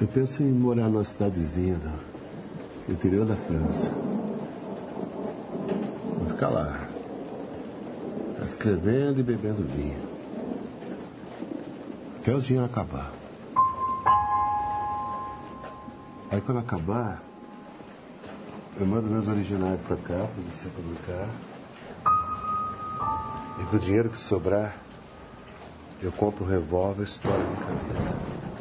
Eu penso em morar numa cidadezinha do interior da França. Vou ficar lá, escrevendo e bebendo vinho. Até o dinheiro acabar. Aí quando acabar, eu mando meus originais pra cá, pra você publicar. E com o dinheiro que sobrar, eu compro um revólver e estouro na cabeça.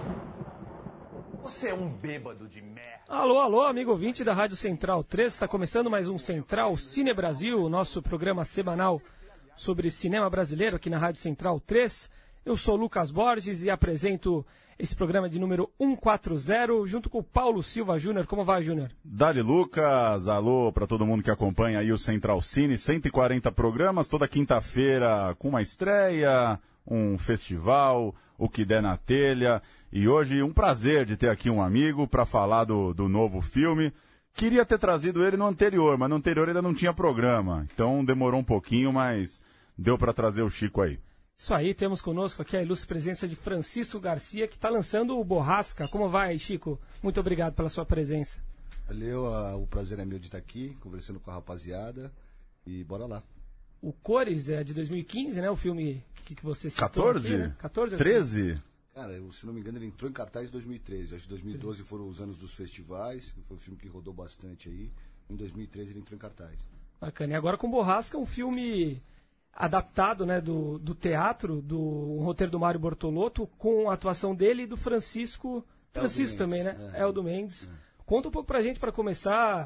Você é um bêbado de merda. Alô, alô, amigo ouvinte da Rádio Central 3. Está começando mais um Central Cine Brasil, o nosso programa semanal sobre cinema brasileiro aqui na Rádio Central 3. Eu sou Lucas Borges e apresento esse programa de número 140, junto com o Paulo Silva Júnior. Como vai, Júnior? Dali Lucas, alô para todo mundo que acompanha aí o Central Cine, 140 programas, toda quinta-feira com uma estreia, um festival, o que der na telha. E hoje um prazer de ter aqui um amigo para falar do novo filme. Queria ter trazido ele no anterior, mas no anterior ainda não tinha programa. Então demorou um pouquinho, mas deu para trazer o Chico aí. Isso aí, temos conosco aqui a ilustre presença de Francisco Garcia, que está lançando o Borrasca. Como vai, Chico? Muito obrigado pela sua presença. Valeu, o prazer é meu de estar aqui, conversando com a rapaziada, e bora lá. O Cores é de 2015, né? O filme que você citou 14? aqui, né? 14? 13? Cara, se não me engano, ele entrou em cartaz em 2013. Acho que 2012 foram os anos dos festivais, foi um filme que rodou bastante aí. Em 2013 ele entrou em cartaz. Bacana. E agora com Borrasca, um filme adaptado, né, do teatro, do roteiro do Mário Bortolotto, com a atuação dele e do Francisco também, né? Eldo Mendes. Conta um pouco pra gente, para começar,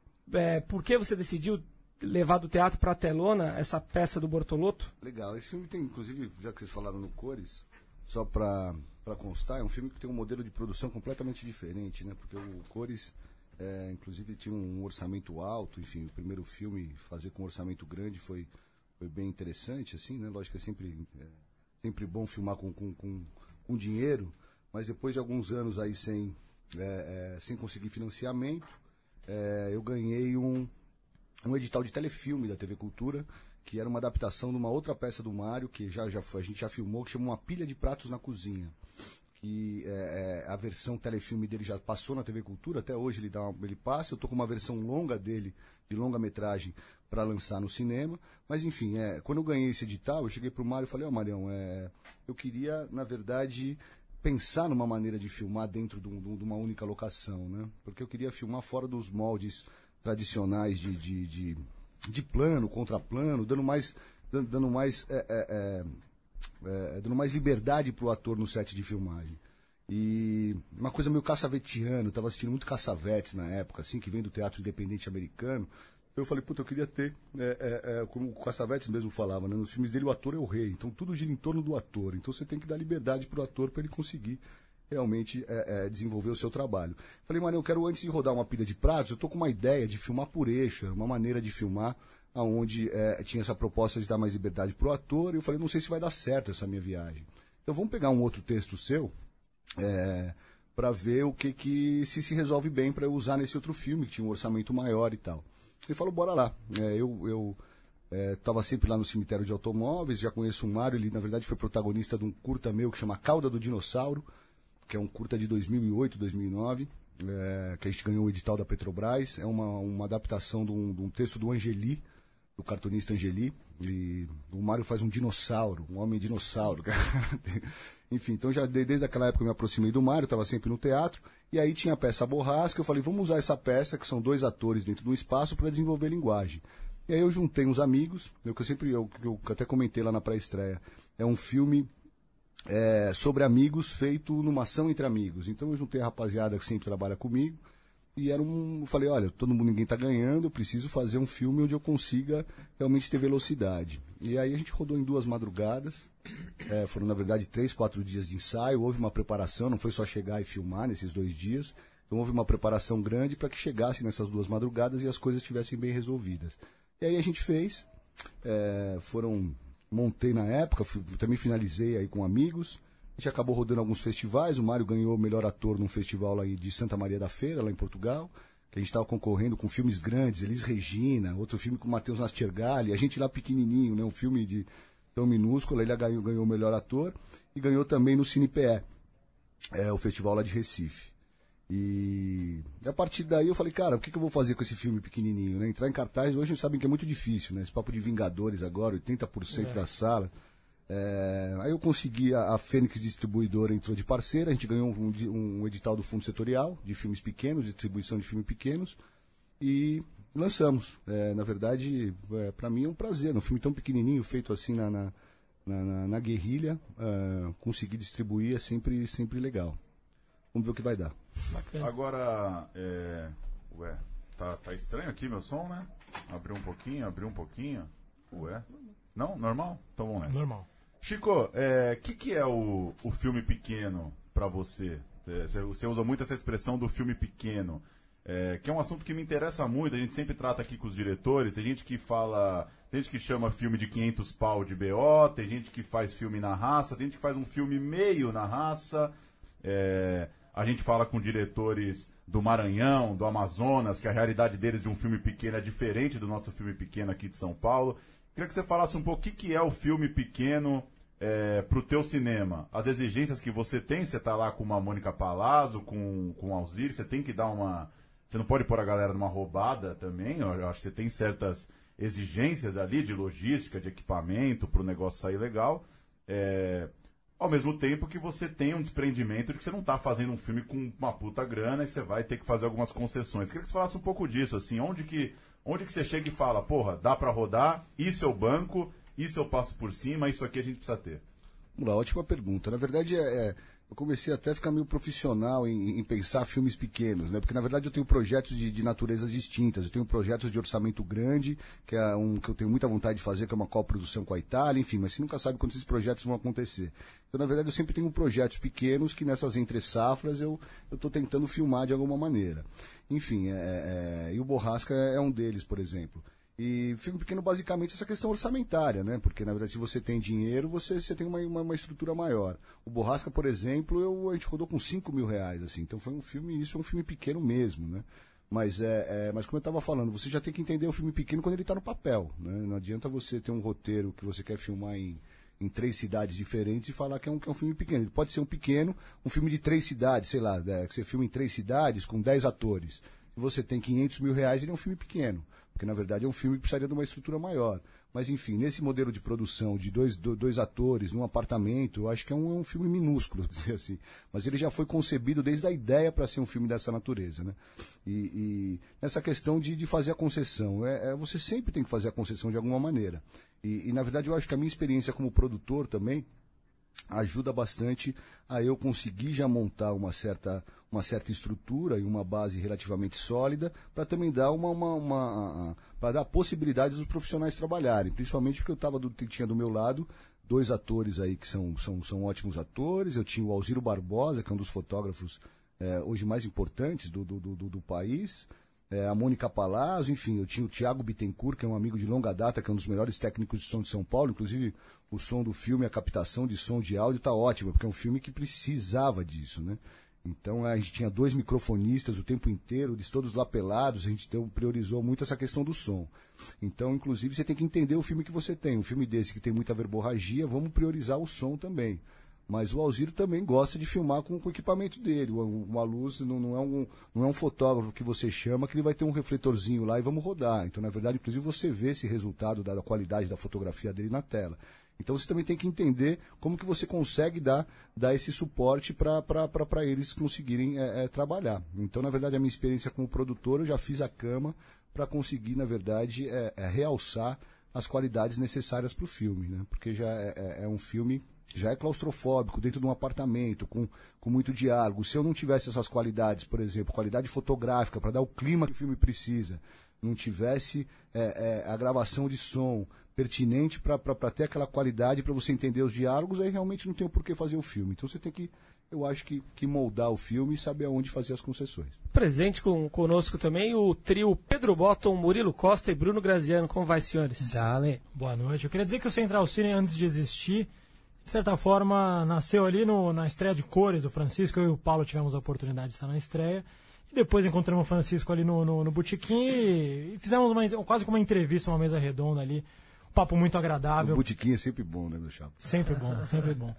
por que você decidiu levar do teatro pra telona essa peça do Bortolotto? Legal, esse filme tem, inclusive, já que vocês falaram no Cores, só pra constar, é um filme que tem um modelo de produção completamente diferente, né? Porque o Cores, inclusive, tinha um orçamento alto, enfim, o primeiro filme fazer com um orçamento grande foi bem interessante, assim, né? Lógico que é sempre bom filmar com dinheiro, mas depois de alguns anos aí sem conseguir financiamento, eu ganhei um edital de telefilme da TV Cultura, que era uma adaptação de uma outra peça do Mário, que a gente já filmou, que chama Uma Pilha de Pratos na Cozinha. Que a versão telefilme dele já passou na TV Cultura, até hoje ele passa. Eu tô com uma versão longa dele, de longa-metragem, para lançar no cinema. Mas enfim, quando eu ganhei esse edital, eu cheguei pro Mário e falei, Marião, eu queria, na verdade, pensar numa maneira de filmar dentro de uma única locação, né? Porque eu queria filmar fora dos moldes tradicionais de plano, contraplano, dando mais liberdade pro ator no set de filmagem. E uma coisa meio caçavetiano, eu tava assistindo muito Cassavetes na época, assim, que vem do teatro independente americano. Eu falei, puta, eu queria ter, como o Cassavetes mesmo falava, né, nos filmes dele o ator é o rei, então tudo gira em torno do ator, então você tem que dar liberdade pro ator para ele conseguir realmente desenvolver o seu trabalho. Falei, Maria, eu quero, antes de rodar Uma Pilha de Pratos, eu tô com uma ideia de filmar por eixo, uma maneira de filmar onde tinha essa proposta de dar mais liberdade pro ator, e eu falei, não sei se vai dar certo essa minha viagem. Então vamos pegar um outro texto seu, para ver o que se resolve bem para eu usar nesse outro filme, que tinha um orçamento maior e tal. Ele falou, bora lá. Eu estava sempre lá no cemitério de automóveis, já conheço o Mário, ele na verdade foi protagonista de um curta meu que chama Cauda do Dinossauro, que é um curta de 2008, 2009, que a gente ganhou o edital da Petrobras. É uma adaptação de um texto do Angeli, do cartunista Angeli, e o Mário faz um dinossauro, um homem dinossauro. Enfim, então já desde aquela época eu me aproximei do Mário, estava sempre no teatro, e aí tinha a peça Borrasca, eu falei, vamos usar essa peça, que são dois atores dentro de um espaço, para desenvolver linguagem. E aí eu juntei uns amigos, eu até comentei lá na pré-estreia, é um filme sobre amigos feito numa ação entre amigos. Então eu juntei a rapaziada que sempre trabalha comigo, e falei, olha, ninguém tá ganhando, eu preciso fazer um filme onde eu consiga realmente ter velocidade. E aí a gente rodou em 2 madrugadas, foram na verdade 3, 4 dias de ensaio, houve uma preparação, não foi só chegar e filmar nesses 2 dias, então houve uma preparação grande para que chegasse nessas 2 madrugadas e as coisas estivessem bem resolvidas. E aí a gente fez, montei na época, também finalizei aí com amigos. A gente acabou rodando alguns festivais. O Mário ganhou o melhor ator num festival lá de Santa Maria da Feira, lá em Portugal, que a gente estava concorrendo com filmes grandes, Elis Regina, outro filme com Matheus Nastergalli, a gente lá pequenininho, né, um filme tão minúsculo. Ele ganhou o melhor ator e ganhou também no Cine PE, o festival lá de Recife. E a partir daí eu falei, cara, o que eu vou fazer com esse filme pequenininho, né? Entrar em cartaz, hoje vocês sabem que é muito difícil, né? Esse papo de Vingadores agora, 80% da sala. Aí eu consegui, a Fênix Distribuidora entrou de parceira, a gente ganhou um edital do Fundo Setorial, de filmes pequenos, distribuição de filmes pequenos, e lançamos. Na verdade, para mim é um prazer, um filme tão pequenininho, feito assim na guerrilha, conseguir distribuir é sempre legal. Vamos ver o que vai dar. Bacana. Agora, tá estranho aqui meu som, né? Abriu um pouquinho. Ué? Não? Normal? Então vamos nessa. Normal. Chico, que é o filme pequeno pra você? Você usa muito essa expressão do filme pequeno, que é um assunto que me interessa muito, a gente sempre trata aqui com os diretores, tem gente que chama filme de 500 pau de BO, tem gente que faz filme na raça, tem gente que faz um filme meio na raça, a gente fala com diretores do Maranhão, do Amazonas, que a realidade deles de um filme pequeno é diferente do nosso filme pequeno aqui de São Paulo. Queria que você falasse um pouco o que é o filme pequeno pro teu cinema. As exigências que você tem, você tá lá com uma Mônica Palazzo, com o Alzir, você tem que dar uma... Você não pode pôr a galera numa roubada também, eu acho que você tem certas exigências ali de logística, de equipamento, pro negócio sair legal. Ao mesmo tempo que você tem um desprendimento de que você não tá fazendo um filme com uma puta grana e você vai ter que fazer algumas concessões. Queria que você falasse um pouco disso, assim, onde que você chega e fala, porra, dá pra rodar, isso eu banco, isso eu passo por cima, isso aqui a gente precisa ter. Vamos lá, ótima pergunta. Na verdade, eu comecei até a ficar meio profissional em pensar filmes pequenos, né? Porque, na verdade, eu tenho projetos de naturezas distintas. Eu tenho projetos de orçamento grande, que é que eu tenho muita vontade de fazer, que é uma coprodução com a Itália, enfim, mas você nunca sabe quando esses projetos vão acontecer. Então, na verdade, eu sempre tenho projetos pequenos que nessas entre-safras eu estou tentando filmar de alguma maneira. Enfim, e o Borrasca é um deles, por exemplo. E filme pequeno, basicamente, essa questão orçamentária, né? Porque, na verdade, se você tem dinheiro, você tem uma estrutura maior. O Borrasca, por exemplo, a gente rodou com R$5.000, assim. Então foi um filme, isso é um filme pequeno mesmo, né? Mas como eu estava falando, você já tem que entender o filme pequeno quando ele está no papel, né? Não adianta você ter um roteiro que você quer filmar em 3 cidades diferentes e falar que é um filme pequeno. Ele pode ser um filme de 3 cidades, sei lá, que você filma em 3 cidades com 10 atores. Se você tem R$500.000, ele é um filme pequeno. Porque, na verdade, é um filme que precisaria de uma estrutura maior. Mas, enfim, nesse modelo de produção de dois atores num apartamento, eu acho que é um filme minúsculo, dizer assim. Mas ele já foi concebido desde a ideia para ser um filme dessa natureza, né? E nessa questão de fazer a concessão, você sempre tem que fazer a concessão de alguma maneira. E, na verdade, eu acho que a minha experiência como produtor também ajuda bastante a eu conseguir já montar uma certa estrutura e uma base relativamente sólida para também dar para dar possibilidades dos profissionais trabalharem, principalmente porque eu tinha do meu lado 2 atores aí que são ótimos atores. Eu tinha o Alziro Barbosa, que é um dos fotógrafos hoje mais importantes do país, a Mônica Palazzo, enfim, eu tinha o Thiago Bittencourt, que é um amigo de longa data, que é um dos melhores técnicos de som de São Paulo. Inclusive, o som do filme, a captação de som de áudio está ótima, porque é um filme que precisava disso, né? Então, a gente tinha 2 microfonistas o tempo inteiro, eles todos lapelados, a gente priorizou muito essa questão do som. Então, inclusive, você tem que entender o filme que você tem. Um filme desse que tem muita verborragia, vamos priorizar o som também. Mas o Alziro também gosta de filmar com o equipamento dele. Uma luz não é um fotógrafo que você chama que ele vai ter um refletorzinho lá e vamos rodar. Então, na verdade, inclusive, você vê esse resultado da qualidade da fotografia dele na tela. Então, você também tem que entender como que você consegue dar esse suporte para eles conseguirem trabalhar. Então, na verdade, a minha experiência como produtor, eu já fiz a cama para conseguir, na verdade, realçar as qualidades necessárias para o filme, né? Porque já é um filme... já é claustrofóbico, dentro de um apartamento, com muito diálogo. Se eu não tivesse essas qualidades, por exemplo, qualidade fotográfica, para dar o clima que o filme precisa, não tivesse a gravação de som pertinente para ter aquela qualidade, para você entender os diálogos, aí realmente não tem o porquê fazer o filme. Então você tem que, eu acho que moldar o filme e saber aonde fazer as concessões. Presente conosco também o trio Pedro Botton, Murilo Costa e Bruno Graziano. Como vai, senhores? Dale. Boa noite. Eu queria dizer que o Central Cine, antes de existir, de certa forma, nasceu ali na estreia de Cores do Francisco. Eu e o Paulo tivemos a oportunidade de estar na estreia. E depois encontramos o Francisco ali no Botequim e fizemos quase como uma entrevista, uma mesa redonda ali. Um papo muito agradável. O Botequim é sempre bom, né, meu chapa? Sempre bom, sempre bom.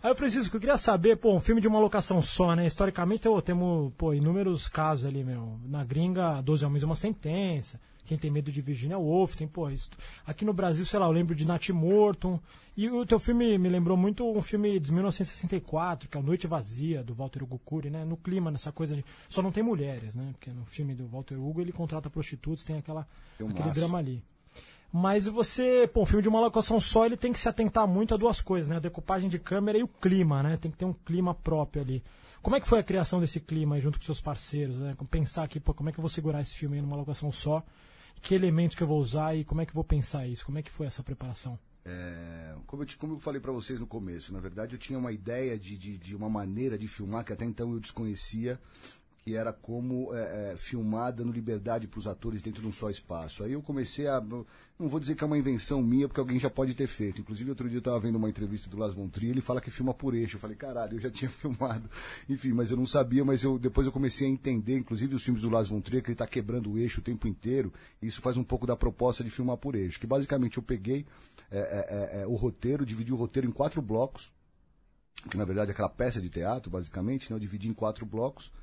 Aí, Francisco, eu queria saber, um filme de uma locação só, né? Historicamente temos, inúmeros casos ali, meu. Na gringa, 12 Homens e uma Sentença. Quem tem medo de Virginia Woolf, tem, aqui no Brasil, sei lá, eu lembro de Nat Morton. E o teu filme me lembrou muito um filme de 1964, que é o Noite Vazia, do Walter Hugo Cury, né? No clima, nessa coisa de... Só não tem mulheres, né? Porque no filme do Walter Hugo ele contrata prostitutas, tem aquele drama ali. Mas você, um filme de uma locação só, ele tem que se atentar muito a duas coisas, né? A decupagem de câmera e o clima, né? Tem que ter um clima próprio ali. Como é que foi a criação desse clima aí, junto com seus parceiros, né? Pensar aqui, como é que eu vou segurar esse filme aí numa locação só? Que elementos que eu vou usar e como é que eu vou pensar isso? Como é que foi essa preparação? Como eu falei para vocês no começo, na verdade eu tinha uma ideia de uma maneira de filmar que até então eu desconhecia, que era como filmar dando liberdade para os atores dentro de um só espaço. Aí eu comecei não vou dizer que é uma invenção minha, porque alguém já pode ter feito. Inclusive, outro dia eu estava vendo uma entrevista do Lars von Trier, ele fala que filma por eixo. Eu falei, caralho, eu já tinha filmado. Enfim, mas eu não sabia, mas depois eu comecei a entender, inclusive os filmes do Lars von Trier, que ele está quebrando o eixo o tempo inteiro, e isso faz um pouco da proposta de filmar por eixo. Que basicamente eu peguei o roteiro, dividi o roteiro em 4 blocos, que na verdade é aquela peça de teatro, basicamente, né? Eu dividi em 4 blocos.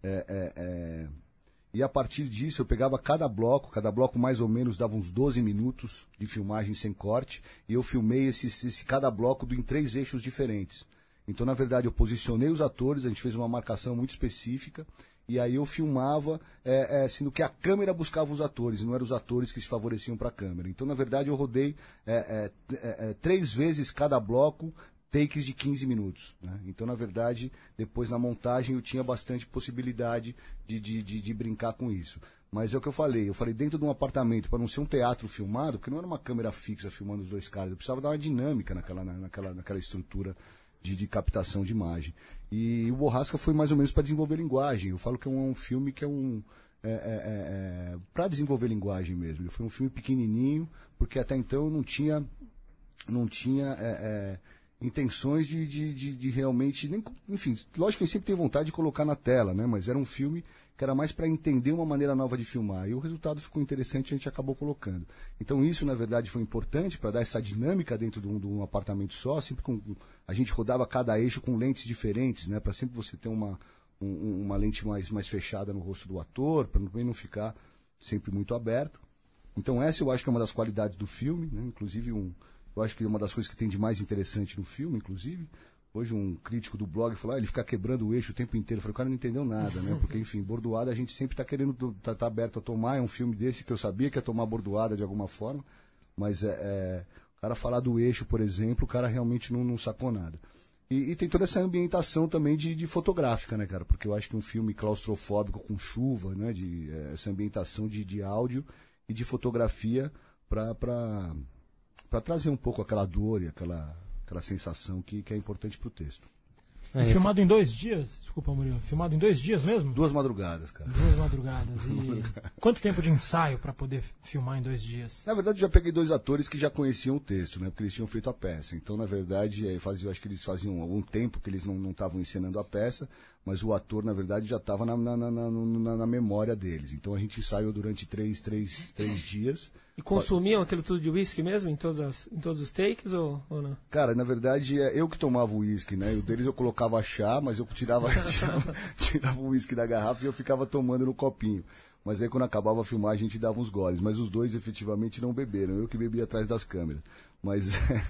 E a partir disso eu pegava cada bloco mais ou menos dava uns 12 minutos de filmagem sem corte, e eu filmei cada bloco em 3 eixos diferentes. Então, na verdade, eu posicionei os atores, a gente fez uma marcação muito específica, e aí eu filmava, sendo que a câmera buscava os atores, não eram os atores que se favoreciam para a câmera. Então, na verdade, eu rodei 3 vezes cada bloco, takes de 15 minutos. Né? Então, na verdade, depois na montagem eu tinha bastante possibilidade de brincar com isso. Mas é o que eu falei dentro de um apartamento, para não ser um teatro filmado, porque não era uma câmera fixa filmando os 2 caras, eu precisava dar uma dinâmica naquela estrutura de captação de imagem. E o Borrasca foi mais ou menos para desenvolver linguagem. Eu falo que é um filme que é para desenvolver linguagem mesmo. Ele foi um filme pequenininho, porque até então eu não tinha intenções de realmente... Enfim, lógico que a gente sempre tem vontade de colocar na tela, né? Mas era um filme que era mais para entender uma maneira nova de filmar. E o resultado ficou interessante e a gente acabou colocando. Então isso, na verdade, foi importante para dar essa dinâmica dentro de um apartamento só. Sempre a gente rodava cada eixo com lentes diferentes, né? Para sempre você ter uma lente mais fechada no rosto do ator, para não ficar sempre muito aberto. Então essa eu acho que é uma das qualidades do filme, né? Inclusive eu acho que é uma das coisas que tem de mais interessante no filme, inclusive. Hoje um crítico do blog falou, ele fica quebrando o eixo o tempo inteiro. Eu falei, o cara não entendeu nada, né? Porque, enfim, bordoada a gente sempre está querendo, tá aberto a tomar. É um filme desse que eu sabia que ia tomar bordoada de alguma forma. Mas o cara falar do eixo, por exemplo, o cara realmente não sacou nada. E tem toda essa ambientação também de fotográfica, né, cara? Porque eu acho que um filme claustrofóbico com chuva, né? Essa ambientação de áudio e de fotografia para trazer um pouco aquela dor e aquela sensação que é importante para o texto. Filmado em 2 dias? Desculpa, Murilo. Filmado em 2 dias mesmo? 2 madrugadas, cara. 2 madrugadas. E quanto tempo de ensaio para poder filmar em 2 dias? Na verdade, eu já peguei 2 atores que já conheciam o texto, né? Porque eles tinham feito a peça. Então, na verdade, acho que eles faziam algum tempo que eles não estavam encenando a peça, mas o ator, na verdade, já estava na memória deles. Então, a gente ensaiou durante 3 dias. E consumiam aquilo tudo de uísque mesmo, em todos os takes, ou não? Cara, na verdade, eu que tomava o uísque, né? O deles eu colocava chá, mas eu tirava o uísque da garrafa e eu ficava tomando no copinho. Mas aí, quando acabava a filmagem, a gente dava uns goles. Mas os 2, efetivamente, não beberam. Eu que bebi atrás das câmeras. Mas,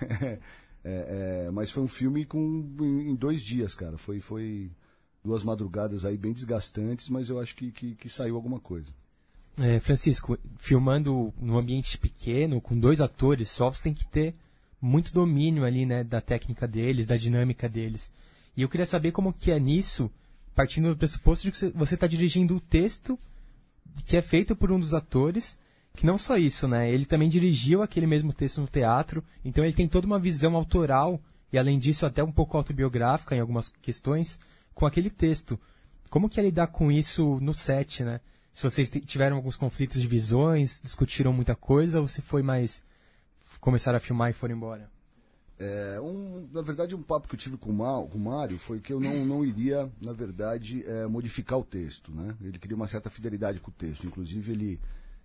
mas foi um filme em 2 dias, cara. Foi 2 madrugadas aí bem desgastantes, mas eu acho que saiu alguma coisa. Francisco, filmando num ambiente pequeno, com 2 atores só, você tem que ter muito domínio ali, né, da técnica deles, da dinâmica deles. E eu queria saber como que é nisso, partindo do pressuposto de que você está dirigindo o texto que é feito por um dos atores, que não só isso, né, ele também dirigiu aquele mesmo texto no teatro, então ele tem toda uma visão autoral, e além disso até um pouco autobiográfica em algumas questões, com aquele texto. Como que é lidar com isso no set, né? Se vocês tiveram alguns conflitos de visões, discutiram muita coisa, ou se foi mais começaram a filmar e foram embora? Na verdade, um papo que eu tive com o Mário foi que eu não iria, na verdade, modificar o texto, né? Ele queria uma certa fidelidade com o texto. Inclusive,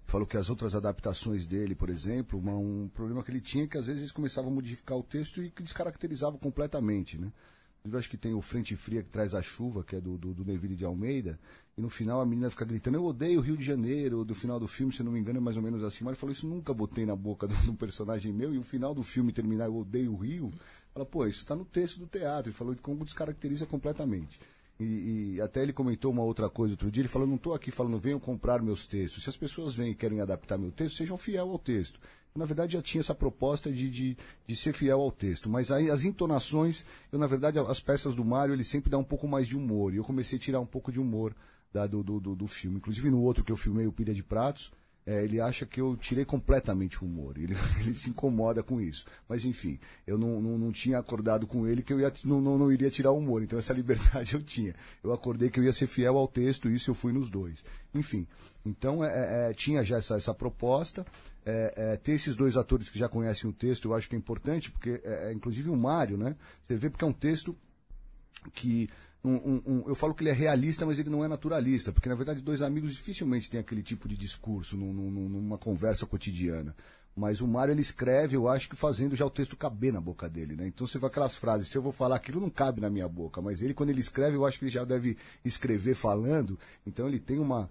Falou que as outras adaptações dele, por exemplo, um problema que ele tinha é que às vezes eles começavam a modificar o texto e que descaracterizavam completamente, né? Eu acho que tem o Frente Fria que traz a chuva, que é do Neville de Almeida, e no final a menina fica gritando, eu odeio o Rio de Janeiro, do final do filme, se não me engano, é mais ou menos assim. Mas ele falou, isso nunca botei na boca de um personagem meu, e o final do filme terminar, eu odeio o Rio. Fala, pô, isso está no texto do teatro. Ele falou como descaracteriza completamente. E até ele comentou uma outra coisa outro dia, ele falou, não estou aqui falando, venham comprar meus textos. Se as pessoas vêm e querem adaptar meu texto, sejam fiel ao texto. Na verdade, já tinha essa proposta de ser fiel ao texto. Mas aí, as entonações, na verdade, as peças do Mário, ele sempre dá um pouco mais de humor. E eu comecei a tirar um pouco de humor do filme. Inclusive, no outro que eu filmei, o Pilha de Pratos, ele acha que eu tirei completamente o humor. Ele se incomoda com isso. Mas, enfim, eu não tinha acordado com ele que eu não iria tirar o humor. Então, essa liberdade eu tinha. Eu acordei que eu ia ser fiel ao texto, e isso eu fui nos dois. Enfim, então, tinha já essa proposta. Ter esses dois atores que já conhecem o texto, eu acho que é importante, porque, inclusive o Mário, né? Você vê porque é um texto que... eu falo que ele é realista, mas ele não é naturalista, porque, na verdade, dois amigos dificilmente têm aquele tipo de discurso numa conversa cotidiana. Mas o Mário, ele escreve, eu acho que fazendo já o texto caber na boca dele, né? Então você vê aquelas frases, se eu vou falar aquilo, não cabe na minha boca, mas ele, quando ele escreve, eu acho que ele já deve escrever falando, então ele tem uma...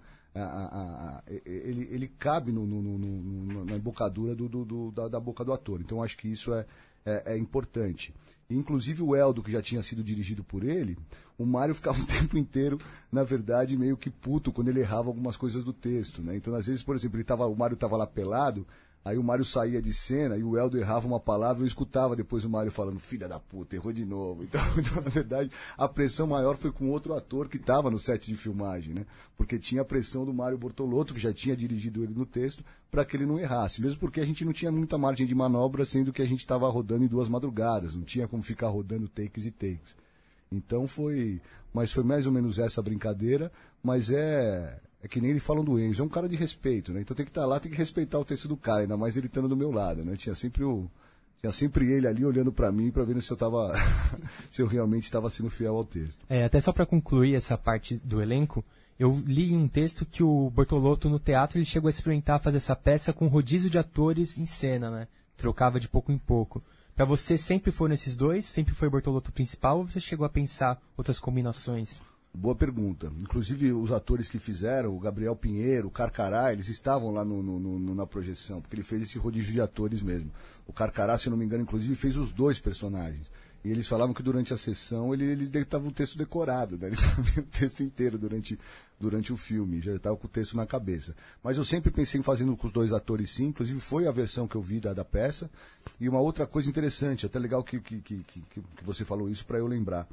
ele cabe na embocadura da boca do ator. Então acho que isso é importante. E, inclusive o Eldo, que já tinha sido dirigido por ele, o Mário ficava o tempo inteiro, na verdade, meio que puto quando ele errava algumas coisas do texto, né? Então, às vezes, por exemplo, o Mário estava lá pelado, aí o Mário saía de cena e o Eldo errava uma palavra, eu escutava depois o Mário falando, filha da puta, errou de novo. Então, na verdade, a pressão maior foi com outro ator que estava no set de filmagem, né? Porque tinha a pressão do Mário Bortolotto, que já tinha dirigido ele no texto, para que ele não errasse. Mesmo porque a gente não tinha muita margem de manobra, sendo que a gente estava rodando em 2 madrugadas, não tinha como ficar rodando takes e takes. Então foi mais ou menos essa brincadeira, mas é que nem ele falam do Enzo, é um cara de respeito, né? Então tem que estar lá, tem que respeitar o texto do cara, ainda mais ele estando do meu lado, né? Tinha sempre ele ali olhando para mim para ver se eu tava se eu realmente estava sendo fiel ao texto. Até só para concluir essa parte do elenco, eu li em um texto que o Bortolotto no teatro ele chegou a experimentar fazer essa peça com rodízio de atores em cena, né? Trocava de pouco em pouco. Para você sempre foram esses dois? Sempre foi o Bortolotto principal ou você chegou a pensar outras combinações? Boa pergunta. Inclusive, os atores que fizeram, o Gabriel Pinheiro, o Carcará, eles estavam lá na projeção, porque ele fez esse rodízio de atores mesmo. O Carcará, se eu não me engano, inclusive, fez os 2 personagens. E eles falavam que durante a sessão ele estava o texto decorado, né? Ele sabia o texto inteiro durante o filme, já estava com o texto na cabeça. Mas eu sempre pensei em fazendo com os 2 atores sim, inclusive foi a versão que eu vi da peça. E uma outra coisa interessante, até legal que você falou isso para eu lembrar.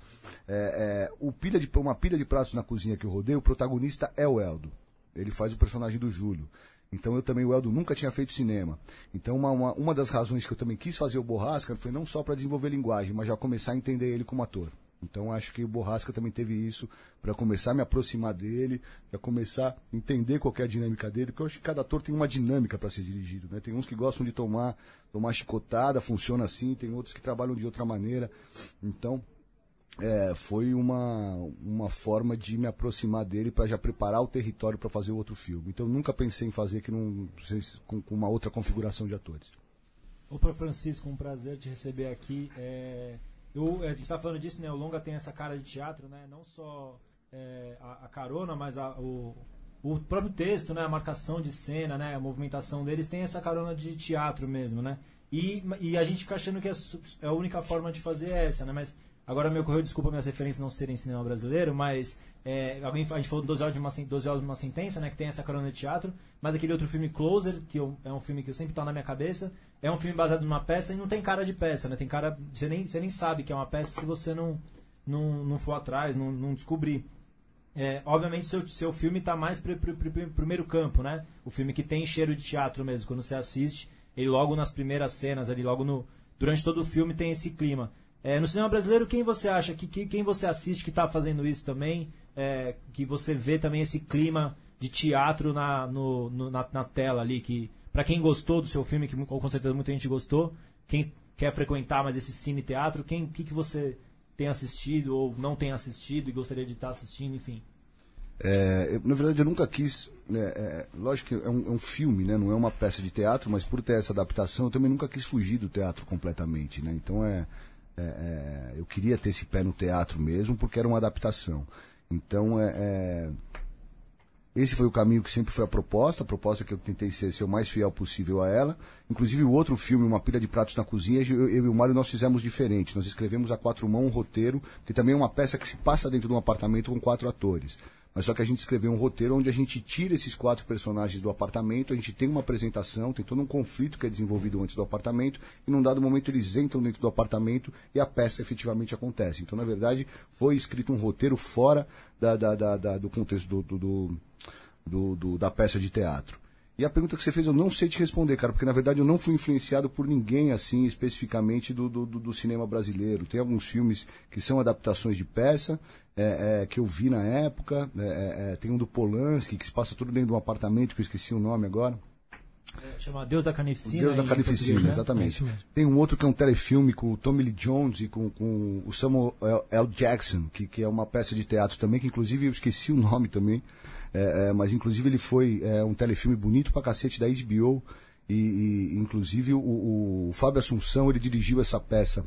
Uma pilha de pratos na cozinha que eu rodei, o protagonista é o Eldo. Ele faz o personagem do Júlio. Então o Eldo nunca tinha feito cinema. Então uma das razões que eu também quis fazer o Borrasca foi não só para desenvolver linguagem, mas já começar a entender ele como ator. Então acho que o Borrasca também teve isso, para começar a me aproximar dele, para começar a entender qual que é a dinâmica dele, porque eu acho que cada ator tem uma dinâmica para ser dirigido, né? Tem uns que gostam de tomar chicotada, funciona assim, tem outros que trabalham de outra maneira. Então foi uma forma de me aproximar dele para já preparar o território para fazer o outro filme. Então nunca pensei em fazer com uma outra configuração de atores. Opa, Francisco, um prazer te receber aqui. A gente está falando disso, né? O longa tem essa cara de teatro, né? Não só a carona, mas o próprio texto, né? A marcação de cena, né? A movimentação deles tem essa carona de teatro mesmo, né? E a gente fica achando que a única forma de fazer é essa, né? Mas agora me ocorreu, desculpa minhas referências não serem cinema brasileiro, mas a gente falou 12 horas de uma sentença, né? Que tem essa carona de teatro, mas aquele outro filme Closer, que é um filme que sempre está na minha cabeça, é um filme baseado numa peça e não tem cara de peça, né? Tem cara, você nem sabe que é uma peça se você não for atrás, não descobrir. Obviamente seu filme está mais pro primeiro campo, né? O filme que tem cheiro de teatro mesmo, quando você assiste, ele logo nas primeiras cenas, ali durante todo o filme tem esse clima. No cinema brasileiro, quem você acha, quem você assiste que está fazendo isso também, que você vê também esse clima de teatro na tela ali, que para quem gostou do seu filme, que com certeza muita gente gostou, quem quer frequentar mais esse cine-teatro, que você tem assistido ou não tem assistido e gostaria de estar assistindo, enfim? Na verdade, eu nunca quis lógico que é um filme, né? Não é uma peça de teatro, mas por ter essa adaptação, eu também nunca quis fugir do teatro completamente, né? Então eu queria ter esse pé no teatro mesmo, porque era uma adaptação. Então, esse foi o caminho que sempre foi a proposta que eu tentei ser o mais fiel possível a ela. Inclusive o outro filme, Uma Pilha de Pratos na Cozinha, eu e o Mário nós fizemos diferente. Nós escrevemos a 4 mãos um roteiro, que também é uma peça que se passa dentro de um apartamento com 4 atores. Mas só que a gente escreveu um roteiro onde a gente tira esses 4 personagens do apartamento, a gente tem uma apresentação, tem todo um conflito que é desenvolvido antes do apartamento, e num dado momento eles entram dentro do apartamento e a peça efetivamente acontece. Então, na verdade, foi escrito um roteiro fora do contexto da peça de teatro. E a pergunta que você fez eu não sei te responder, cara, porque na verdade eu não fui influenciado por ninguém assim especificamente do cinema brasileiro. Tem alguns filmes que são adaptações de peça, que eu vi na época, tem um do Polanski que se passa tudo dentro de um apartamento, que eu esqueci o nome agora. Chama Deus da Carnificina. Deus da Carnificina, né? Exatamente. Tem um outro que é um telefilme com o Tommy Lee Jones e com o Samuel L. Jackson, que é uma peça de teatro também, que inclusive eu esqueci o nome também. Mas inclusive ele foi um telefilme bonito pra cacete da HBO e inclusive o Fábio Assunção, ele dirigiu essa peça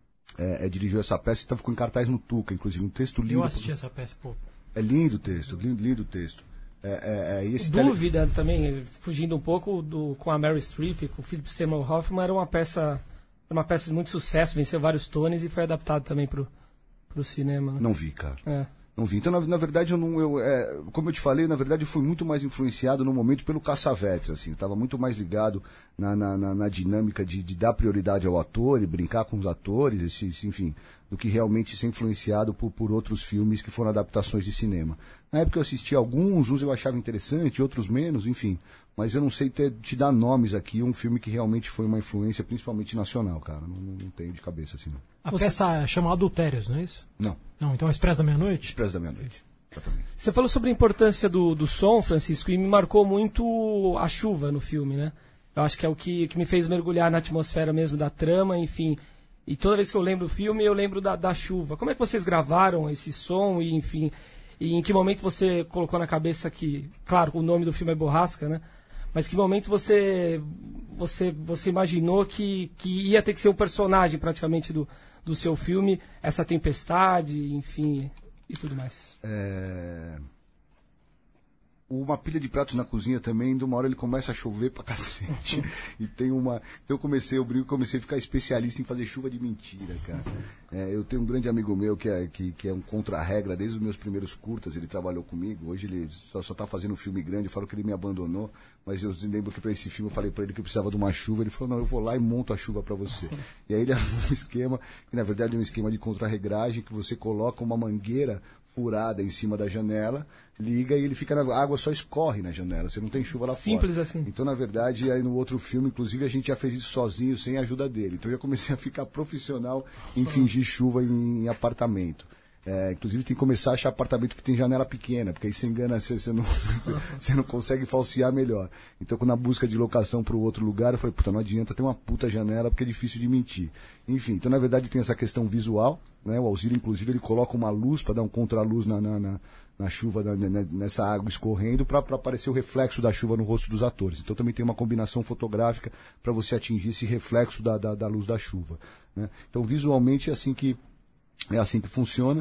e então ficou em cartaz no Tuca, inclusive um texto lindo. Eu assisti essa peça, pô. É lindo o texto, lindo o texto. Dúvida também, fugindo um pouco com a Meryl Streep, com o Philip Seymour Hoffman, era uma peça de muito sucesso, venceu vários Tonys e foi adaptado também pro cinema. Né? Não vi, cara. Não vi. Então, na verdade, como eu te falei, na verdade, eu fui muito mais influenciado no momento pelo Cassavetes, assim. Eu estava muito mais ligado na dinâmica de dar prioridade ao ator e brincar com os atores, enfim, do que realmente ser influenciado por outros filmes que foram adaptações de cinema. Na época eu assisti alguns, uns eu achava interessante, outros menos, enfim. Mas eu não sei te dar nomes aqui, um filme que realmente foi uma influência, principalmente nacional, cara. Não tenho de cabeça, assim. Não. A peça chama Adultérios, não é isso? Não. Não, então é Expresso da Meia-Noite? Expresso da Meia-Noite, exatamente. Você falou sobre a importância do som, Francisco, e me marcou muito a chuva no filme, né? Eu acho que é o que me fez mergulhar na atmosfera mesmo da trama, enfim. E toda vez que eu lembro do filme, eu lembro da chuva. Como é que vocês gravaram esse som e, enfim, e em que momento você colocou na cabeça que, claro, o nome do filme é Borrasca, né? Mas que momento você imaginou que ia ter que ser um personagem praticamente do seu filme, essa tempestade, enfim, e tudo mais? Uma Pilha de Pratos na Cozinha também, de uma hora ele começa a chover pra cacete. E tem uma... Então eu comecei a ficar especialista em fazer chuva de mentira, cara. Eu tenho um grande amigo meu que é um contra-regra, desde os meus primeiros curtas, ele trabalhou comigo. Hoje ele só tá fazendo um filme grande, eu falo que ele me abandonou, mas eu lembro que pra esse filme eu falei pra ele que eu precisava de uma chuva, ele falou, não, eu vou lá e monto a chuva pra você. E aí ele arrumou um esquema, que na verdade é um esquema de contra-regragem, que você coloca uma mangueira furada em cima da janela, liga e ele fica a água só escorre na janela, você não tem chuva lá fora. Simples assim. Então, na verdade, aí no outro filme, inclusive, a gente já fez isso sozinho, sem a ajuda dele. Então, eu já comecei a ficar profissional em fingir chuva em apartamento. Inclusive, tem que começar a achar apartamento que tem janela pequena, porque aí você engana, você não consegue falsear melhor. Então, na busca de locação para o outro lugar, eu falei, puta, não adianta ter uma puta janela, porque é difícil de mentir. Enfim, então, na verdade, tem essa questão visual, né? O Alzira, inclusive, ele coloca uma luz para dar um contraluz na chuva, nessa água escorrendo, para aparecer o reflexo da chuva no rosto dos atores. Então, também tem uma combinação fotográfica para você atingir esse reflexo da luz da chuva, né? Então, visualmente, é assim que funciona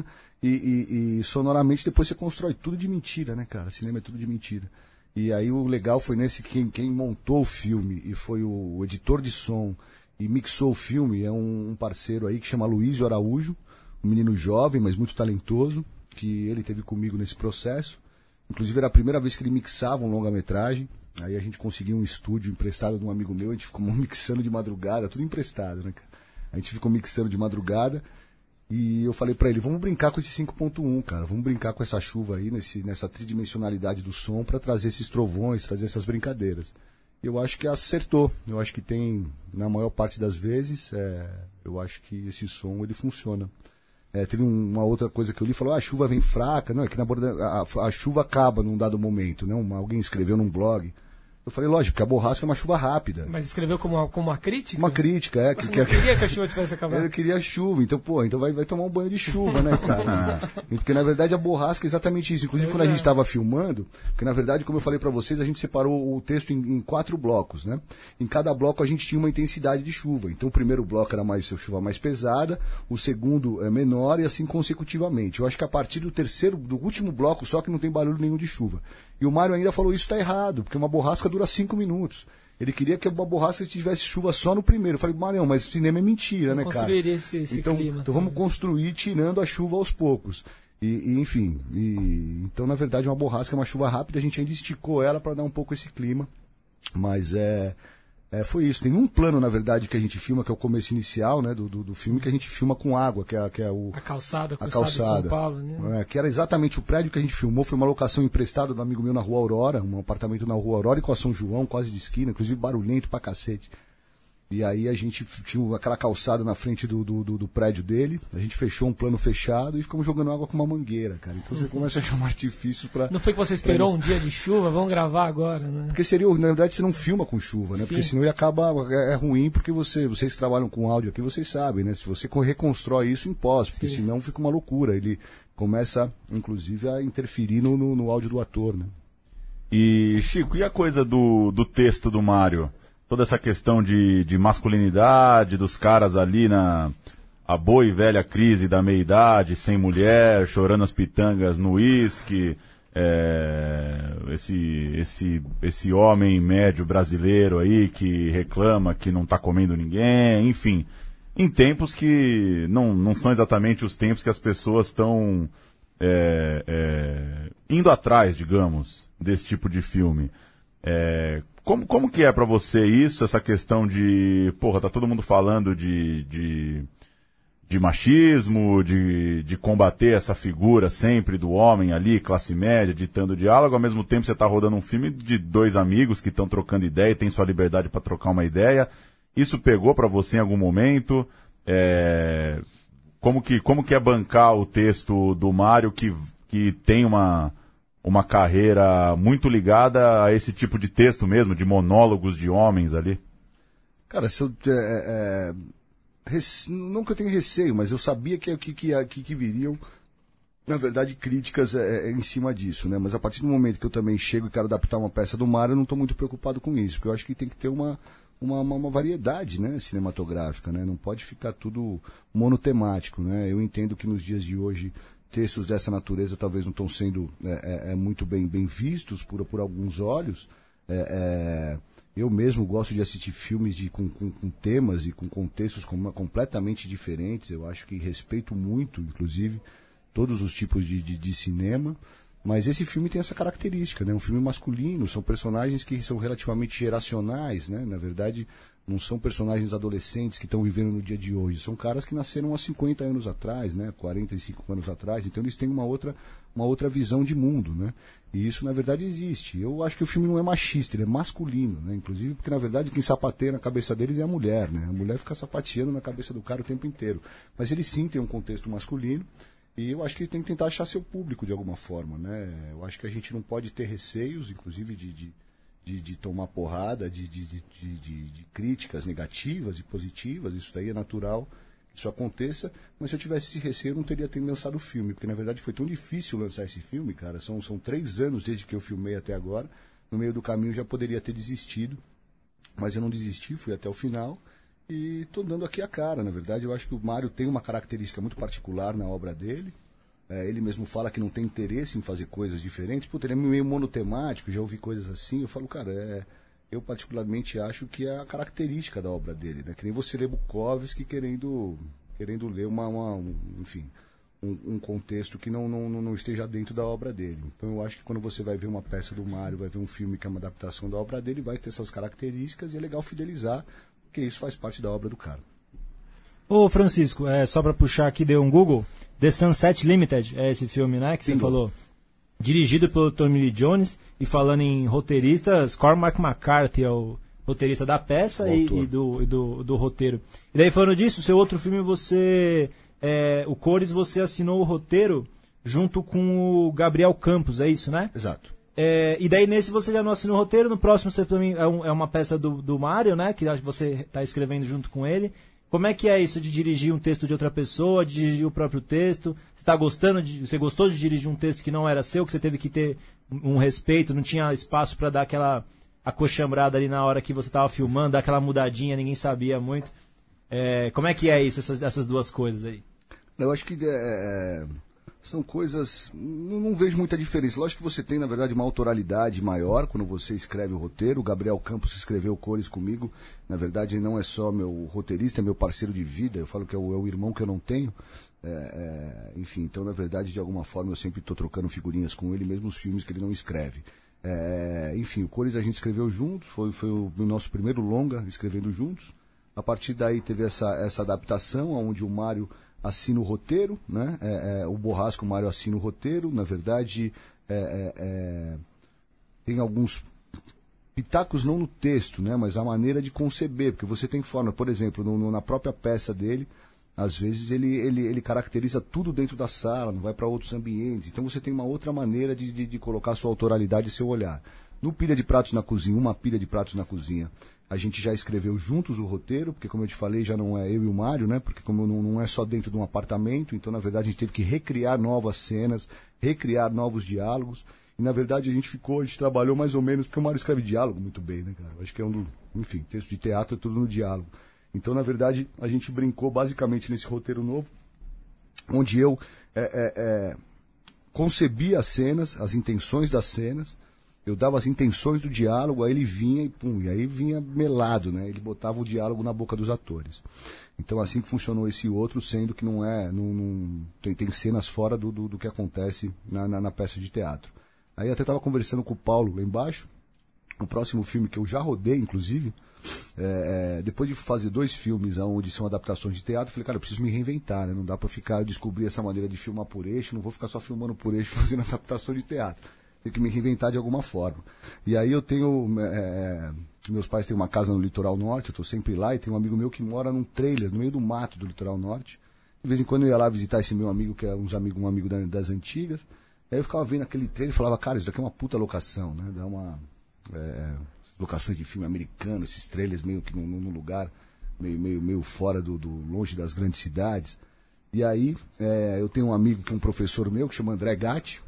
e sonoramente depois você constrói tudo de mentira, né, cara? Cinema é tudo de mentira. E aí o legal foi nesse quem montou o filme e foi o editor de som e mixou o filme, é um parceiro aí que chama Luísio Araújo, um menino jovem, mas muito talentoso, que ele teve comigo nesse processo. Inclusive era a primeira vez que ele mixava um longa-metragem. Aí a gente conseguiu um estúdio emprestado de um amigo meu, a gente ficou mixando de madrugada, tudo emprestado, né, cara? A gente ficou mixando de madrugada. E eu falei pra ele, vamos brincar com esse 5.1, cara, vamos brincar com essa chuva aí, nessa tridimensionalidade do som, pra trazer esses trovões, trazer essas brincadeiras. Eu acho que acertou, eu acho que tem, na maior parte das vezes, eu acho que esse som, ele funciona. Teve uma outra coisa que eu li, falou, a chuva vem fraca, não, é que a chuva acaba num dado momento, né? Alguém escreveu num blog, Eu falei, lógico, porque a borrasca é uma chuva rápida. Mas escreveu como uma crítica? Uma crítica, é. Eu queria que a chuva tivesse acabado. Eu queria chuva, então, então vai tomar um banho de chuva, né, cara? Porque, na verdade, a borrasca é exatamente isso. Inclusive, quando a gente estava filmando, porque, na verdade, como eu falei pra vocês, a gente separou o texto em 4 blocos, né? Em cada bloco a gente tinha uma intensidade de chuva. Então, o primeiro bloco era chuva mais pesada, o segundo é menor e assim consecutivamente. Eu acho que a partir do último bloco, só que não tem barulho nenhum de chuva. E o Mário ainda falou, isso está errado, porque uma borrasca dura 5 minutos. Ele queria que uma borrasca tivesse chuva só no primeiro. Eu falei, Mário, mas cinema é mentira, né, cara? Construir esse clima. Então vamos construir tirando a chuva aos poucos. Enfim, então na verdade uma borrasca é uma chuva rápida, a gente ainda esticou ela para dar um pouco esse clima. Mas foi isso. Tem um plano, na verdade, que a gente filma, que é o começo inicial, né, do filme, que a gente filma com água, que é a calçada com a o calçada. estado de São Paulo, né? Que era exatamente o prédio que a gente filmou, foi uma locação emprestada do amigo meu na Rua Aurora, um apartamento na Rua Aurora e com a São João, quase de esquina, inclusive barulhento pra cacete. E aí a gente tinha aquela calçada na frente do prédio dele, a gente fechou um plano fechado e ficamos jogando água com uma mangueira, cara. Então você começa a chamar artifícios pra... Não foi que você esperou um dia de chuva, vamos gravar agora, né? Porque na verdade você não filma com chuva, né? Sim. Porque senão ele acaba, é ruim, porque vocês que trabalham com áudio aqui, vocês sabem, né? Se você reconstrói isso em pós, porque senão fica uma loucura. Ele começa, inclusive, a interferir no áudio do ator, né? E, Chico, e a coisa do texto do Mário? Toda essa questão de masculinidade, dos caras ali a boa e velha crise da meia-idade, sem mulher, chorando as pitangas no uísque, esse homem médio brasileiro aí que reclama que não está comendo ninguém, enfim, em tempos que não são exatamente os tempos que as pessoas estão indo atrás, digamos, desse tipo de filme. Como que é pra você isso, essa questão de, tá todo mundo falando de machismo, de combater essa figura sempre do homem ali, classe média, ditando diálogo, ao mesmo tempo você tá rodando um filme de 2 amigos que estão trocando ideia e tem sua liberdade para trocar uma ideia. Isso pegou pra você em algum momento? Como que é bancar o texto do Mário que tem uma carreira muito ligada a esse tipo de texto mesmo, de monólogos de homens ali? Cara, não que eu tenha receio, mas eu sabia que viriam, na verdade, críticas em cima disso, né? Mas a partir do momento que eu também chego e quero adaptar uma peça do Mário, eu não estou muito preocupado com isso, porque eu acho que tem que ter uma variedade, né, cinematográfica, né? Não pode ficar tudo monotemático, né? Eu entendo que nos dias de hoje textos dessa natureza talvez não estão sendo muito bem vistos por alguns olhos. Eu mesmo gosto de assistir filmes com temas e com contextos completamente diferentes. Eu acho que respeito muito, inclusive, todos os tipos de cinema. Mas esse filme tem essa característica, né? Um filme masculino, são personagens que são relativamente geracionais, né? Na verdade, não são personagens adolescentes que estão vivendo no dia de hoje. São caras que nasceram há 50 anos atrás, né? 45 anos atrás. Então eles têm uma outra visão de mundo, né? E isso, na verdade, existe. Eu acho que o filme não é machista, ele é masculino, né? Inclusive porque, na verdade, quem sapateia na cabeça deles é a mulher, né? A mulher fica sapateando na cabeça do cara o tempo inteiro. Mas ele sim tem um contexto masculino. E eu acho que ele tem que tentar achar seu público de alguma forma, né? Eu acho que a gente não pode ter receios, inclusive, de tomar porrada, de críticas negativas e positivas. Isso daí é natural que isso aconteça. Mas se eu tivesse esse receio, eu não teria lançado o filme. Porque, na verdade, foi tão difícil lançar esse filme, cara. São 3 anos desde que eu filmei até agora. No meio do caminho, eu já poderia ter desistido. Mas eu não desisti, fui até o final. E estou dando aqui a cara, na verdade. Eu acho que o Mário tem uma característica muito particular na obra dele. Ele mesmo fala que não tem interesse em fazer coisas diferentes. Puta, ele é meio monotemático, já ouvi coisas assim. Eu falo, cara, eu particularmente acho que é a característica da obra dele, né? Que nem você lê Bukowski querendo ler um contexto que não esteja dentro da obra dele. Então eu acho que quando você vai ver uma peça do Mário, vai ver um filme que é uma adaptação da obra dele, vai ter essas características e é legal fidelizar, porque isso faz parte da obra do cara. Ô Francisco, só pra puxar aqui, deu um Google, The Sunset Limited, é esse filme, né, que você falou. Dirigido pelo Tommy Lee Jones, e falando em roteiristas, Cormac McCarthy é o roteirista da peça e do roteiro. E daí, falando disso, seu outro filme, o Cores, você assinou o roteiro junto com o Gabriel Campos, é isso, né? Exato. E daí nesse você já não assina o roteiro, no próximo você também é uma peça do Mário, né? Que você está escrevendo junto com ele. Como é que é isso de dirigir um texto de outra pessoa, de dirigir o próprio texto? Você gostou de dirigir um texto que não era seu, que você teve que ter um respeito, não tinha espaço para dar aquela acochambrada ali na hora que você estava filmando, dar aquela mudadinha, ninguém sabia muito. Como é que é isso, essas duas coisas aí? Eu acho que são coisas... Não vejo muita diferença. Lógico que você tem, na verdade, uma autoralidade maior quando você escreve o roteiro. O Gabriel Campos escreveu Cores comigo. Na verdade, ele não é só meu roteirista, é meu parceiro de vida. Eu falo que é o irmão que eu não tenho. Enfim, então, na verdade, de alguma forma, eu sempre estou trocando figurinhas com ele, mesmo os filmes que ele não escreve. Enfim, o Cores a gente escreveu juntos. Foi o nosso primeiro longa escrevendo juntos. A partir daí teve essa adaptação, onde o Mário assina o roteiro, né? O Borrasca, o Mário assina o roteiro. Na verdade, tem alguns pitacos não no texto, né? Mas a maneira de conceber, porque você tem forma, por exemplo, na própria peça dele, às vezes ele caracteriza tudo dentro da sala, não vai para outros ambientes. Então você tem uma outra maneira de colocar sua autoralidade e seu olhar. No Pilha de Pratos na Cozinha, uma Pilha de Pratos na Cozinha, a gente já escreveu juntos o roteiro, porque como eu te falei, já não é eu e o Mário, né? Porque como não é só dentro de um apartamento, então na verdade a gente teve que recriar novas cenas, recriar novos diálogos. E na verdade a gente trabalhou mais ou menos, porque o Mário escreve diálogo muito bem, né, cara? Eu acho que enfim, texto de teatro é tudo no diálogo. Então na verdade a gente brincou basicamente nesse roteiro novo, onde eu concebia as cenas, as intenções das cenas. Eu dava as intenções do diálogo, aí ele vinha e aí vinha melado, né? Ele botava o diálogo na boca dos atores. Então assim que funcionou esse outro, sendo que tem cenas fora do que acontece na peça de teatro. Aí até estava conversando com o Paulo lá embaixo, o próximo filme que eu já rodei, inclusive, depois de fazer 2 filmes onde são adaptações de teatro, eu falei, cara, eu preciso me reinventar, né? Não dá para descobrir essa maneira de filmar por eixo, não vou ficar só filmando por eixo fazendo adaptação de teatro. Tenho que me reinventar de alguma forma. E aí eu tenho... meus pais têm uma casa no Litoral Norte, eu estou sempre lá, e tem um amigo meu que mora num trailer, no meio do mato do Litoral Norte. De vez em quando eu ia lá visitar esse meu amigo, que é um amigo das antigas. Aí eu ficava vendo aquele trailer e falava, cara, isso daqui é uma puta locação, né? Dá uma... locações de filme americano, esses trailers meio que num lugar meio fora longe das grandes cidades. E aí eu tenho um amigo que é um professor meu, que chama André Gatti,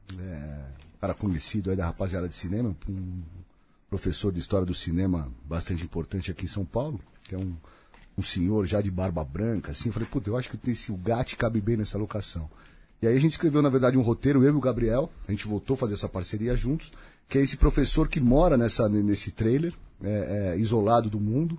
cara conhecido aí da rapaziada de cinema, um professor de história do cinema bastante importante aqui em São Paulo, que é um senhor já de barba branca, assim. Eu falei, puta, eu acho que o Gatti cabe bem nessa locação. E aí a gente escreveu, na verdade, um roteiro, eu e o Gabriel, a gente voltou a fazer essa parceria juntos, que é esse professor que mora nesse trailer, isolado do mundo,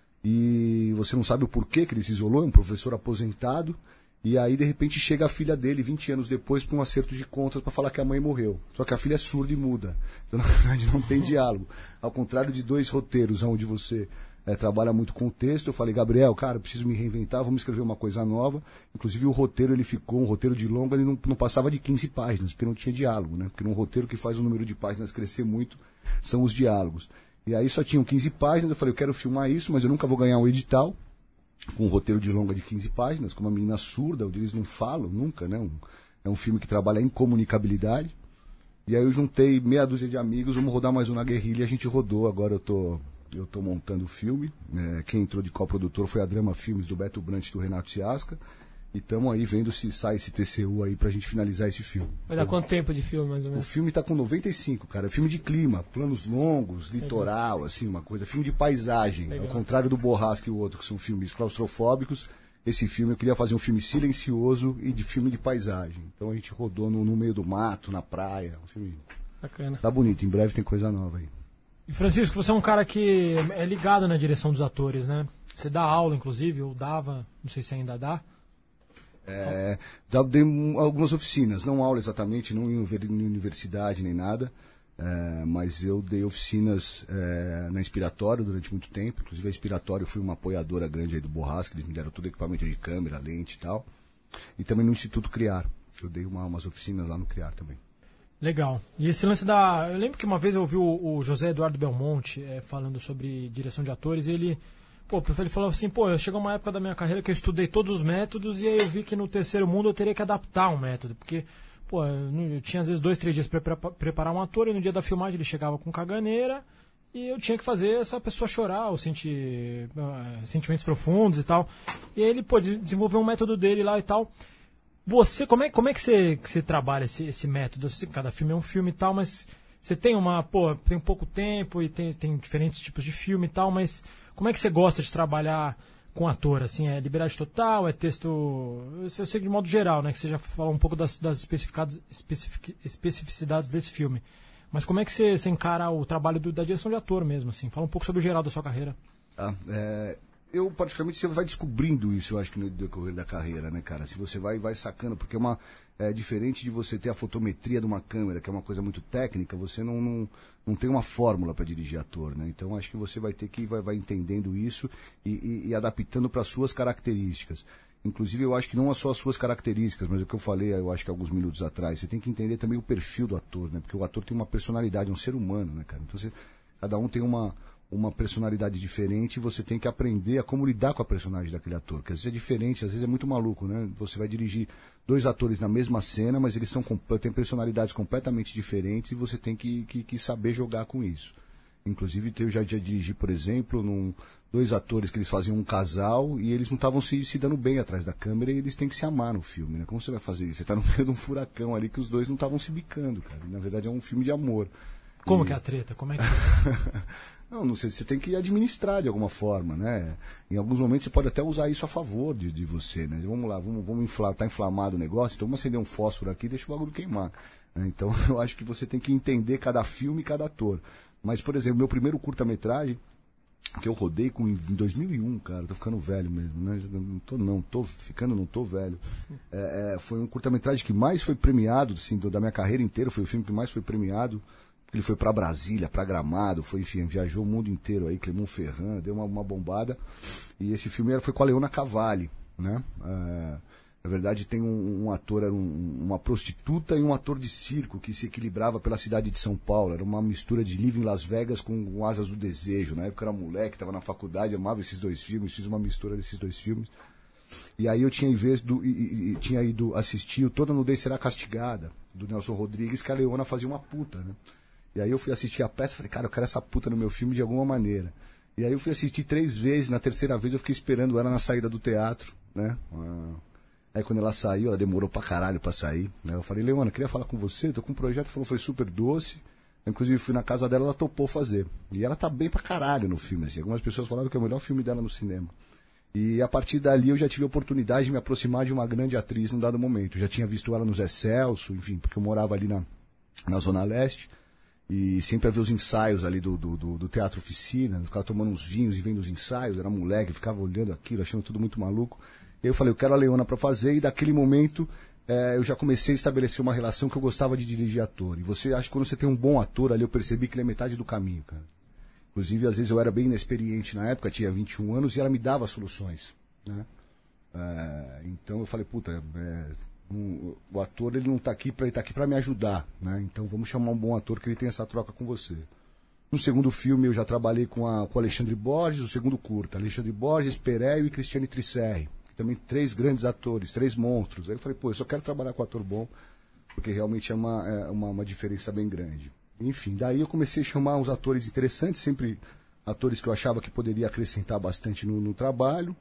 e você não sabe o porquê que ele se isolou, é um professor aposentado. E aí, de repente, chega a filha dele, 20 anos depois, para um acerto de contas para falar que a mãe morreu. Só que a filha é surda e muda. Então, na verdade, não tem diálogo. Ao contrário de 2 roteiros, onde você trabalha muito com o texto, eu falei, Gabriel, cara, eu preciso me reinventar, vamos escrever uma coisa nova. Inclusive, o roteiro, ele ficou, um roteiro de longa, ele não passava de 15 páginas, porque não tinha diálogo, né? Porque num roteiro que faz o número de páginas crescer muito, são os diálogos. E aí só tinham 15 páginas, eu falei, eu quero filmar isso, mas eu nunca vou ganhar um edital com um roteiro de longa de 15 páginas, com uma menina surda, onde eles não falam nunca, né? É um filme que trabalha em comunicabilidade. E aí eu juntei meia dúzia de amigos, vamos rodar mais um na guerrilha, a gente rodou, agora eu tô montando o filme. Quem entrou de coprodutor foi a Drama Filmes, do Beto Brant e do Renato Ciasca. E estamos aí vendo se sai esse TCU aí pra gente finalizar esse filme. Vai dar quanto tempo de filme, mais ou menos? O filme tá com 95, cara. É filme de clima, planos longos, litoral, assim, uma coisa. Filme de paisagem. Legal. Ao contrário do Borrasca e o outro, que são filmes claustrofóbicos. Esse filme, eu queria fazer um filme silencioso e de filme de paisagem. Então a gente rodou no meio do mato, na praia. Um filme bacana. Tá bonito, em breve tem coisa nova aí. E Francisco, você é um cara que é ligado na direção dos atores, né? Você dá aula, inclusive, ou dava, não sei se ainda dá. Dei algumas oficinas, não aula exatamente, não em universidade nem nada, mas eu dei oficinas na Inspiratório durante muito tempo. Inclusive a Inspiratório foi uma apoiadora grande aí do Borrasca, eles me deram todo equipamento de câmera, lente e tal. E também no Instituto Criar, eu dei umas oficinas lá no Criar também. Legal. E esse lance eu lembro que uma vez eu ouvi o José Eduardo Belmonte falando sobre direção de atores, e ele falou assim, chegou uma época da minha carreira que eu estudei todos os métodos, e aí eu vi que no terceiro mundo eu teria que adaptar um método, porque Pô, eu tinha às vezes 2, 3 dias para preparar um ator, e no dia da filmagem ele chegava com caganeira, e eu tinha que fazer essa pessoa chorar, ou sentir sentimentos profundos e tal. E aí ele pôde desenvolver um método dele lá e tal. Você, como é que você trabalha esse método? Cada filme é um filme e tal, mas você tem tem pouco tempo e tem diferentes tipos de filme e tal, mas como é que você gosta de trabalhar com ator, assim? É liberdade total, é texto... Eu sei de modo geral, né, que você já falou um pouco das especificidades desse filme. Mas como é que você encara o trabalho da direção de ator mesmo, assim? Fala um pouco sobre o geral da sua carreira. Eu, particularmente, você vai descobrindo isso, eu acho que no decorrer da carreira, né, cara? Se você vai sacando, porque é diferente de você ter a fotometria de uma câmera, que é uma coisa muito técnica, você não tem uma fórmula para dirigir ator, né? Então, acho que você vai ter que vai entendendo isso e adaptando para as suas características. Inclusive, eu acho que não é só as suas características, mas o que eu falei, eu acho que alguns minutos atrás, você tem que entender também o perfil do ator, né? Porque o ator tem uma personalidade, um ser humano, né, cara? Então, cada um tem uma personalidade diferente, e você tem que aprender a como lidar com a personagem daquele ator, que às vezes é diferente, às vezes é muito maluco, né? Você vai dirigir 2 atores na mesma cena, mas eles têm personalidades completamente diferentes, e você tem que saber jogar com isso. Inclusive, eu já dirigi, por exemplo, 2 atores que eles faziam um casal, e eles não estavam se dando bem atrás da câmera, e eles têm que se amar no filme, né? Como você vai fazer isso? Você está no meio de um furacão ali que os 2 não estavam se bicando, cara. Na verdade, é um filme de amor. Como que é a treta? Como é que... Não sei, você tem que administrar de alguma forma, né? Em alguns momentos você pode até usar isso a favor de você, né? Vamos lá, vamos inflar, tá inflamado o negócio, então vamos acender um fósforo aqui e deixa o bagulho queimar. Né? Então eu acho que você tem que entender cada filme e cada ator. Mas, por exemplo, meu primeiro curta-metragem, que eu rodei em 2001, cara, tô ficando velho mesmo, né? Não tô velho. Foi um curta-metragem que mais foi premiado, assim, da minha carreira inteira, foi o filme que mais foi premiado. Ele foi para Brasília, para Gramado, viajou o mundo inteiro aí, Clermont-Ferrand, deu uma bombada. E esse filme foi com a Leona Cavalli, né? Na verdade, tem um ator, era uma prostituta e um ator de circo que se equilibrava pela cidade de São Paulo. Era uma mistura de Living Las Vegas com Asas do Desejo. Na época eu era moleque, estava na faculdade, amava esses 2 filmes, fiz uma mistura desses 2 filmes. E aí eu tinha ido assistir o Toda Nudez Será Castigada, do Nelson Rodrigues, que a Leona fazia uma puta, né? E aí eu fui assistir a peça e falei, cara, eu quero essa puta no meu filme de alguma maneira. E aí eu fui assistir 3 vezes, na terceira vez eu fiquei esperando ela na saída do teatro, né? Aí quando ela saiu, ela demorou pra caralho pra sair, né? Eu falei, Leona, queria falar com você, tô com um projeto, falou, foi super doce. Inclusive fui na casa dela, ela topou fazer. E ela tá bem pra caralho no filme, assim. Algumas pessoas falaram que é o melhor filme dela no cinema. E a partir dali eu já tive a oportunidade de me aproximar de uma grande atriz num dado momento. Eu já tinha visto ela no Zé Celso, enfim, porque eu morava ali na Zona Leste. E sempre havia os ensaios ali do Teatro Oficina, ficava tomando uns vinhos e vendo os ensaios, era moleque, ficava olhando aquilo, achando tudo muito maluco. E aí eu falei, eu quero a Leona para fazer, e daquele momento eu já comecei a estabelecer uma relação que eu gostava de dirigir ator. E você acha que quando você tem um bom ator ali, eu percebi que ele é metade do caminho, cara. Inclusive, às vezes eu era bem inexperiente na época, tinha 21 anos, e ela me dava soluções, né? Então eu falei, puta... o ator ele não está aqui para me ajudar, né? Então vamos chamar um bom ator que ele tem essa troca com você. No segundo filme eu já trabalhei com o Alexandre Borges, o segundo curta, Alexandre Borges, Pereio e Cristiane Tricerri, que também 3 grandes atores, 3 monstros. Aí eu falei, pô, eu só quero trabalhar com ator bom, porque realmente é uma diferença bem grande. Enfim, daí eu comecei a chamar uns atores interessantes, sempre atores que eu achava que poderia acrescentar bastante no trabalho.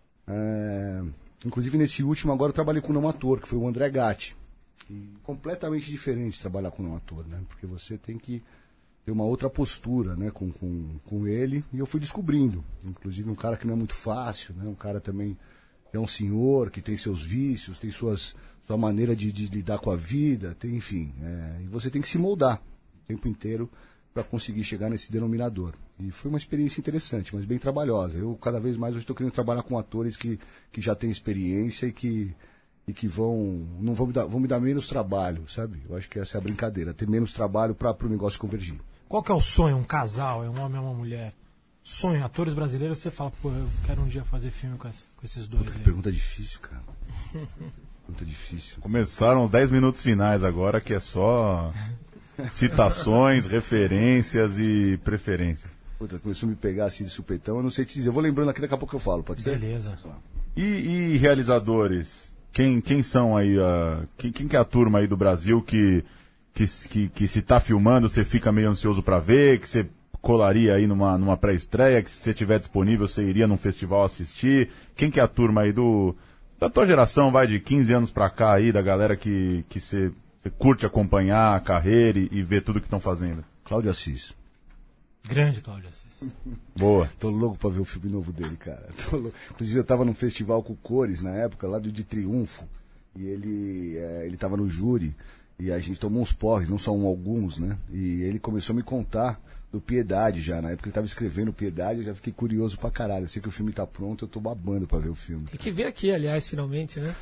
Inclusive, nesse último, agora eu trabalhei com um não ator, que foi o André Gatti. E completamente diferente trabalhar com um não ator, né? Porque você tem que ter uma outra postura, né? Com ele. E eu fui descobrindo. Inclusive, um cara que não é muito fácil, né? Um cara também é um senhor, que tem seus vícios, tem sua maneira de lidar com a vida, tem, enfim. E você tem que se moldar o tempo inteiro para conseguir chegar nesse denominador. E foi uma experiência interessante, mas bem trabalhosa. Eu, cada vez mais, estou querendo trabalhar com atores que já têm experiência e que vão me dar menos trabalho, sabe? Eu acho que essa é a brincadeira, ter menos trabalho para o negócio convergir. Qual que é o sonho? Um casal? É um homem ou uma mulher? Sonho, atores brasileiros, você fala, pô, eu quero um dia fazer filme com esses 2 aí. Pergunta difícil, cara. Pergunta difícil. Começaram os 10 minutos finais agora, que é só citações, referências e preferências. Puta, começou a me pegar assim de supetão, eu não sei te dizer. Eu vou lembrando aqui, daqui a pouco eu falo, pode ser? Beleza. E realizadores Quem são aí, quem que é a turma aí do Brasil que se tá filmando, você fica meio ansioso para ver, que você colaria aí numa pré-estreia, que se você tiver disponível, você iria num festival assistir? Quem que é a turma aí da tua geração, vai de 15 anos pra cá aí, da galera que você curte acompanhar a carreira e ver tudo que estão fazendo? Cláudio Assis. Grande Cláudio Assis. Boa. Tô louco pra ver o filme novo dele, cara. Inclusive eu tava num festival com Cores na época, lá de Triunfo, e ele tava no júri, e a gente tomou uns porres, não só alguns, né? E ele começou a me contar do Piedade já, na época ele tava escrevendo Piedade, eu já fiquei curioso pra caralho. Eu sei que o filme tá pronto, eu tô babando pra ver o filme. Tem que ver aqui, aliás, finalmente, né?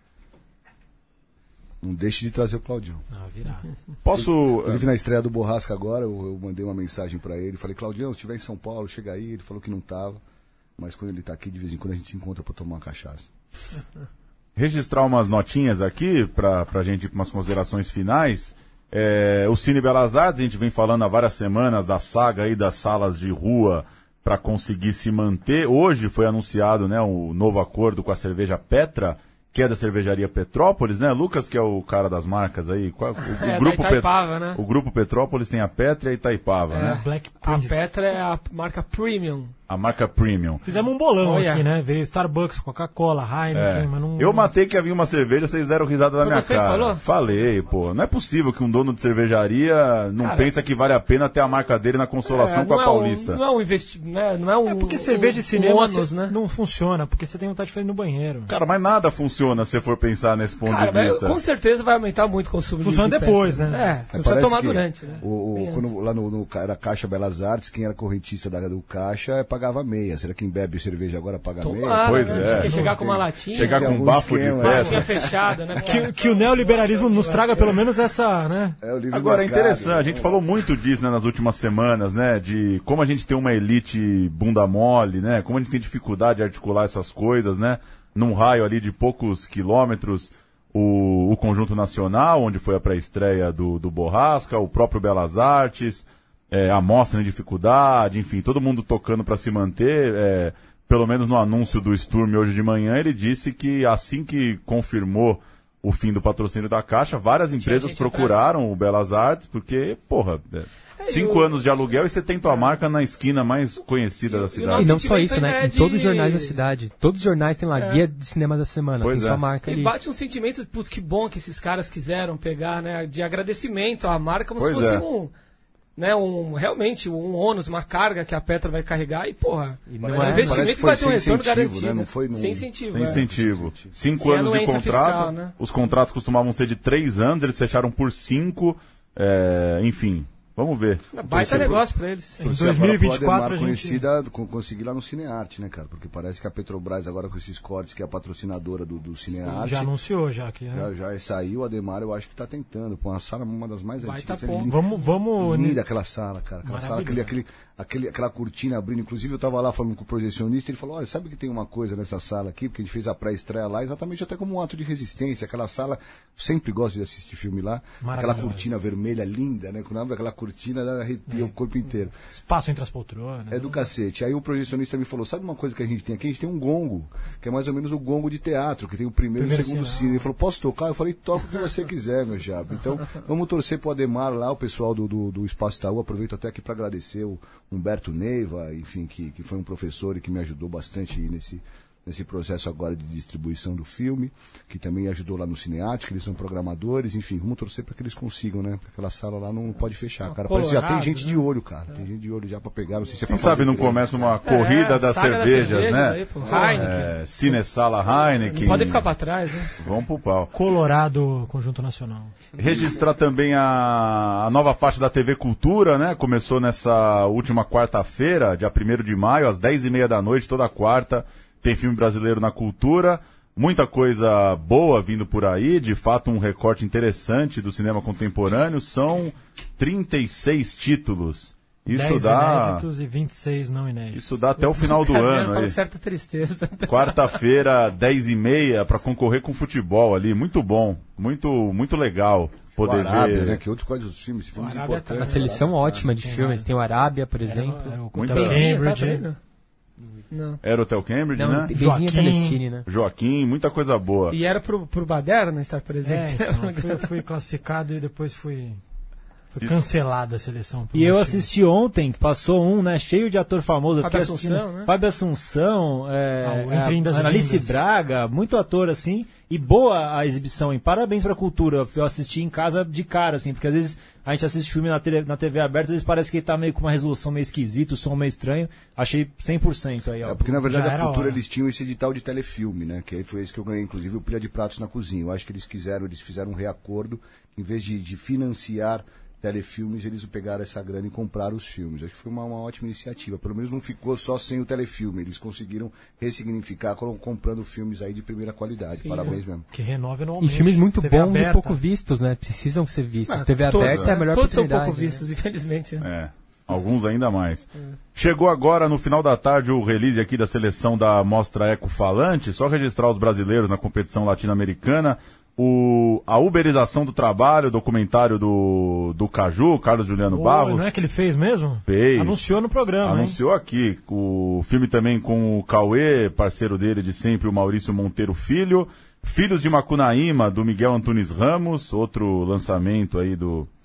Não deixe de trazer o Claudião. Virar. Posso... Inclusive na estreia do Borrasca agora, eu mandei uma mensagem pra ele, falei, Claudião, se estiver em São Paulo, chega aí. Ele falou que não tava, mas quando ele tá aqui, de vez em quando a gente se encontra pra tomar uma cachaça. Registrar umas notinhas aqui pra gente ir pra umas considerações finais. O Cine Belas Artes, a gente vem falando há várias semanas da saga aí das salas de rua para conseguir se manter. Hoje foi anunciado, né, o novo acordo com a cerveja Petra, que é da cervejaria Petrópolis, né? Lucas, que é o cara das marcas aí. O grupo Itaipava, né? O grupo Petrópolis tem a Petra e a Itaipava, né? Black A Prince. Petra é a marca Premium. A marca Premium. Fizemos um bolão Olha. aqui, né? Veio Starbucks, Coca-Cola, Heineken, mas não... Eu matei que havia uma cerveja, vocês deram risada da Foi minha você que cara. falou? Falei, pô. Não é possível que um dono de cervejaria não Cara, pensa que vale a pena ter a marca dele na consolação com a Paulista. Não é um investimento, né? Não é um. É porque cerveja de cinema ônus, né? não funciona, porque você tem vontade de fazer no banheiro. Cara, mas nada funciona se você for pensar nesse ponto Cara, de mas vista. com certeza vai aumentar muito o consumo Funciona de depois, Petra. né? É, você precisa tomar durante, né? Quando, lá era Caixa Belas Artes, quem era correntista do Caixa pagava meia. Será que quem bebe cerveja agora paga meia? Tomara, Pois né? é. Quer chegar com uma latinha, Chegar Tem com um algum bafo de esquema, latinha pedra. fechada, né? Que o neoliberalismo nos traga pelo menos essa, né? É o livre Agora, é mercado, interessante, a gente né? falou muito disso, né, nas últimas semanas, né, de como a gente tem uma elite bunda mole, né, como a gente tem dificuldade de articular essas coisas, né, num raio ali de poucos quilômetros, o Conjunto Nacional, onde foi a pré-estreia do Borrasca, o próprio Belas Artes, a Mostra em dificuldade, enfim, todo mundo tocando para se manter, pelo menos no anúncio do Sturm hoje de manhã, ele disse que assim que confirmou o fim do patrocínio da Caixa, várias empresas procuraram o Belas Artes, porque, porra, 5 anos de aluguel e você tem tua marca na esquina mais conhecida da cidade. E não só sentimento isso, né? é Em todos os de- jornais da cidade. Todos os jornais têm lá guia de cinema da semana. Pois tem é. sua marca E ali. bate um sentimento, putz, que bom que esses caras quiseram pegar, né? De agradecimento à marca, como se Pois fosse é. realmente um ônus, uma carga que a Petra vai carregar e, porra, E não o é- Parece investimento que vai foi ter um sem retorno incentivo, garantido. né? Não foi Sem num- incentivo. Tem é. incentivo. 5 Sem anos de anuência contrato, fiscal, né? os contratos costumavam ser de 3 anos, eles fecharam por 5, enfim, vamos ver. Baita Torcer negócio pra eles. Em Torcer agora pro 2024 Ademar a gente... conseguir lá no Cinearte, né, cara? Porque parece que a Petrobras agora com esses cortes, que é a patrocinadora do Cinearte, Já anunciou já aqui, né? já saiu, o Ademar eu acho que tá tentando. Pô, uma sala, uma das mais Baita antigas. ponto. Vamos... Linda aquela sala, cara. Aquela sala, aquela cortina abrindo. Inclusive, eu tava lá falando com o projecionista, ele falou, olha, sabe que tem uma coisa nessa sala aqui, porque a gente fez a pré-estreia lá, exatamente até como um ato de resistência. Aquela sala, sempre gosto de assistir filme lá. Aquela Maravilhosa. cortina vermelha linda, né? Quando abre aquela cortina, ela arrepia o corpo inteiro. Espaço entre as poltronas. É do cacete. Aí o projecionista me falou, sabe uma coisa que a gente tem aqui? A gente tem um gongo, que é mais ou menos o gongo de teatro, que tem o primeiro e o segundo sinal. cine. Ele falou, posso tocar? Eu falei, toca o que você quiser, meu chapa. Então, vamos torcer pro Ademar lá, o pessoal do Espaço Itaú. Aproveito até aqui para agradecer o Humberto Neiva, enfim, que foi um professor e que me ajudou bastante nesse processo agora de distribuição do filme, que também ajudou lá no Cinearte, que eles são programadores, enfim, vamos torcer para que eles consigam, né? Porque aquela sala lá não pode fechar, cara. Parece que já tem Colorado, gente de olho, cara. Tem gente de olho já para pegar, não sei se é Quem pra sabe fazer não direito. começa uma corrida das saga das cervejas, né? aí, pô. Heineken. Cinesala Heineken. Não podem ficar pra trás, né? Vamos pro pau. Colorado, Conjunto Nacional. Registrar também a nova faixa da TV Cultura, né? Começou nessa última quarta-feira, dia 1º de maio, às 10h30 da noite, toda quarta. Tem filme brasileiro na cultura, muita coisa boa vindo por aí, de fato um recorte interessante do cinema contemporâneo, são 36 títulos. Isso 10 dá, inéditos e 26 não inéditos. isso dá até o final do ano. Com Aí. certa tristeza. Quarta-feira, 10h30, para concorrer com futebol ali, muito bom, muito legal O poder Arábia, ver. né? Que outros quais os filmes Arábia tá- importantes. Uma seleção ótima de filmes. Tem o Arábia, por exemplo. O Muita- Cambridge. Tá vendo? Não. Era Hotel Cambridge, Não, né? Benzinha Telecine, né? Joaquim, muita coisa boa. E era pro Baderna estar presente. Então, fui classificado e depois fui cancelada a seleção. E eu assisti ontem, que passou um, né, cheio de ator famoso. Fábio Assunção, né? Fábio Assunção, Entre Indas e Analice Lindas. Braga, muito ator, assim, e boa a exibição, e parabéns pra cultura. Eu assisti em casa de cara, assim, porque às vezes a gente assiste filme na TV aberta, às vezes parece que ele tá meio com uma resolução meio esquisita, o som meio estranho. Achei 100% aí, ó. É porque, na verdade, Já a era cultura, hora. eles tinham esse edital de telefilme, né? Que aí foi esse que eu ganhei, inclusive, o Pilha de Pratos na Cozinha. Eu acho que eles fizeram um reacordo, em vez de financiar telefilmes, eles pegaram essa grana e compraram os filmes. Acho que foi uma ótima iniciativa. Pelo menos não ficou só sem o telefilme. Eles conseguiram ressignificar comprando filmes aí de primeira qualidade. Sim, Parabéns mesmo. Que renove E anualmente. filmes muito TV bons aberta. e pouco vistos, né? Precisam ser vistos. TV Todos, aberta é a melhor todos são oportunidade. pouco né? vistos, infelizmente. É, alguns ainda mais. Chegou agora, no final da tarde, o release aqui da seleção da Mostra Eco Falante. Só registrar os brasileiros na competição latino-americana. A uberização do trabalho, documentário do Caju, Carlos Juliano Barros. Não é que ele fez mesmo? Fez. Anunciou no programa, Anunciou aqui. O filme também com o Cauê, parceiro dele de sempre, o Maurício Monteiro Filho. Filhos de Macunaíma, do Miguel Antunes Ramos, outro lançamento aí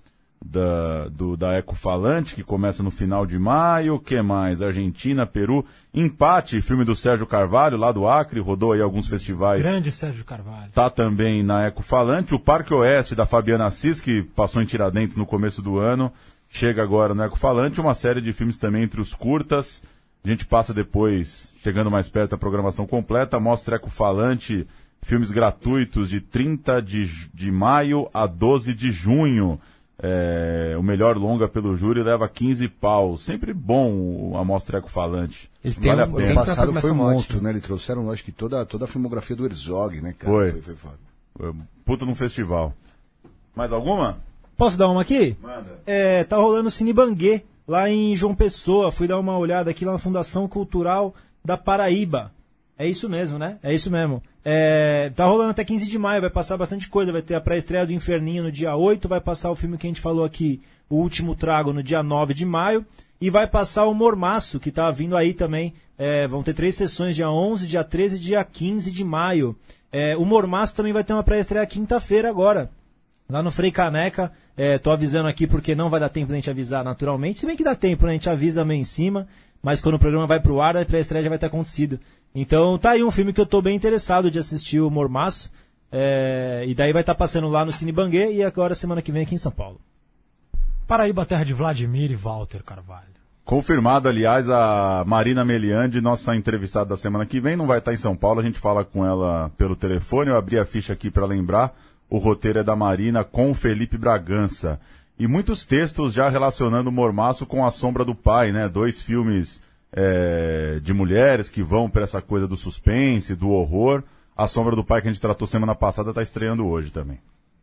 da Eco Falante, que começa no final de maio. O que mais? Argentina, Peru. Empate, filme do Sérgio Carvalho, lá do Acre, rodou aí alguns festivais. Grande Sérgio Carvalho. Tá também na Eco Falante. O Parque Oeste, da Fabiana Assis, que passou em Tiradentes no começo do ano, chega agora no Eco Falante. Uma série de filmes também entre os curtas. A gente passa depois, chegando mais perto da programação completa, mostra Eco Falante, filmes gratuitos de 30 de maio a 12 de junho. O melhor longa pelo júri leva 15 pau. Sempre bom a Mostra Eco Falante. Eles têm Vale a um- O pena. ano Sempre passado uma foi um programação monstro, ótima. né? Eles trouxeram, acho que toda a filmografia do Herzog, né, cara? Foi. Foi foda. Puta num festival. Mais alguma? Posso dar uma aqui? Manda. Tá rolando o Cine Banguê, lá em João Pessoa. Fui dar uma olhada aqui lá na Fundação Cultural da Paraíba. É isso mesmo, né? É isso mesmo. Tá rolando até 15 de maio, vai passar bastante coisa. Vai ter a pré-estreia do Inferninho no dia 8, vai passar o filme que a gente falou aqui, O Último Trago, no dia 9 de maio. E vai passar o Mormaço, que tá vindo aí também. Vão ter 3 sessões, dia 11, dia 13 e dia 15 de maio. O Mormaço também vai ter uma pré-estreia quinta-feira agora, lá no Frei Caneca. Tô avisando aqui porque não vai dar tempo da gente avisar naturalmente. Se bem que dá tempo, né? A gente avisa meio em cima. Mas quando o programa vai pro ar, a pré-estreia já vai ter acontecido. Então tá aí um filme que eu tô bem interessado de assistir, o Mormaço. E daí vai estar passando lá no Cine Banguê e agora semana que vem aqui em São Paulo. Paraíba, terra de Vladimir e Walter Carvalho. Confirmado, aliás, a Marina Meliandi, nossa entrevistada da semana que vem, não vai estar em São Paulo, a gente fala com ela pelo telefone. Eu abri a ficha aqui para lembrar, o roteiro é da Marina com o Felipe Bragança. E muitos textos já relacionando o Mormaço com A Sombra do Pai, né? 2 filmes de mulheres que vão para essa coisa do suspense, do horror. A Sombra do Pai, que a gente tratou semana passada, está estreando hoje também.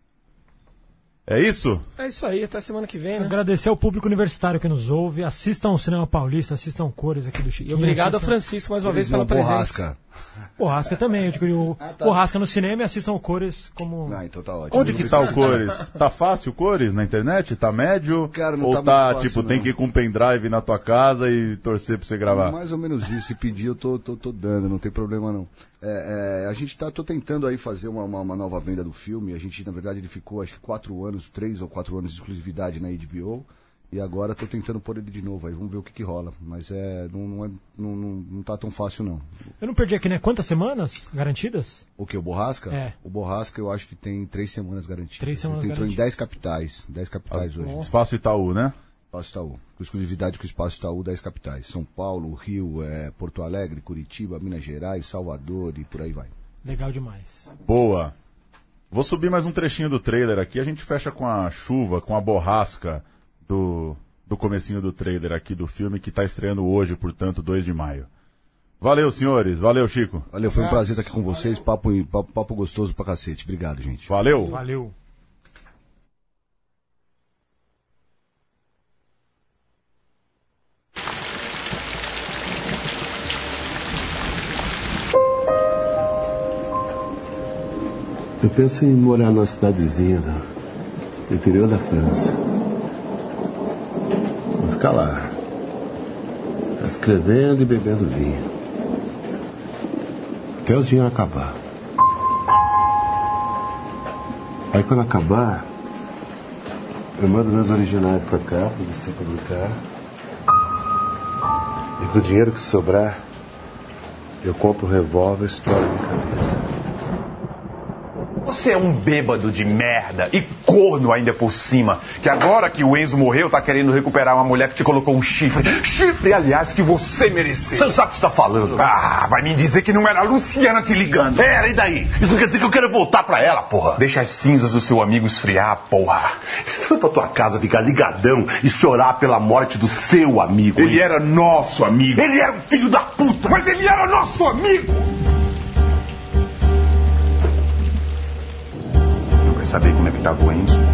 É isso? É isso aí, até semana que vem, né? Agradecer ao público universitário que nos ouve. Assistam o Cinema Paulista, assistam Cores aqui do E Chiquinho. obrigado ao assistam... Francisco mais uma vez Eles pela não, presença. Borrasca. Borrasca também. Eu digo, tá. Borrasca no cinema e assistam o Cores como... Ah, então tá ótimo. Onde que tá o Cores? Tá fácil o Cores na internet? Tá médio? Cara, não ou tá tá, muito fácil, tipo, não. tem que ir com um pendrive na tua casa e torcer pra você gravar? Mais ou menos isso. Se pedir, eu tô dando, não tem problema não. A gente tô tentando aí fazer uma nova venda do filme. A gente, na verdade, ele ficou, acho que 3 ou 4 anos de exclusividade na HBO. E agora tô tentando pôr ele de novo aí. Vamos ver o que rola. Mas não tá tão fácil, não. Eu não perdi aqui, né? Quantas semanas garantidas? O que? O Borrasca? É. O Borrasca eu acho que tem 3 semanas garantidas. 3 semanas Ele entrou em garantidas. 10 capitais. 10 capitais hoje. Espaço Itaú, né? Espaço Itaú. Com exclusividade com o Espaço Itaú, 10 capitais. São Paulo, Rio, Porto Alegre, Curitiba, Minas Gerais, Salvador e por aí vai. Legal demais. Boa. Vou subir mais um trechinho do trailer aqui. A gente fecha com a chuva, com a borrasca do comecinho do trailer aqui do filme, que está estreando hoje, portanto, 2 de maio. Valeu, senhores. Valeu, Chico. Valeu, foi um prazer estar aqui com vocês. Papo gostoso pra cacete. Obrigado, gente. Valeu. Valeu. Eu penso em morar numa cidadezinha do interior da França. Vou ficar lá, escrevendo e bebendo vinho. até os dinheiro acabar. Aí quando acabar, eu mando meus originais pra cá, pra você publicar. E com o dinheiro que sobrar, eu compro um revólver e estouro de cabeça. Você é um bêbado de merda e corno ainda por cima. Que agora que o Enzo morreu, tá querendo recuperar uma mulher que te colocou um chifre. Chifre, aliás, que você mereceu. Você não sabe o que você tá falando. Ah, vai me dizer que não era a Luciana te ligando. Era, e daí? Isso não quer dizer que eu quero voltar pra ela, porra. Deixa as cinzas do seu amigo esfriar, porra. Você foi pra tua casa ficar ligadão e chorar pela morte do seu amigo. Ele era nosso amigo. Ele era um filho da puta. Mas ele era nosso amigo. Não quer saber como é que tava o Enzo?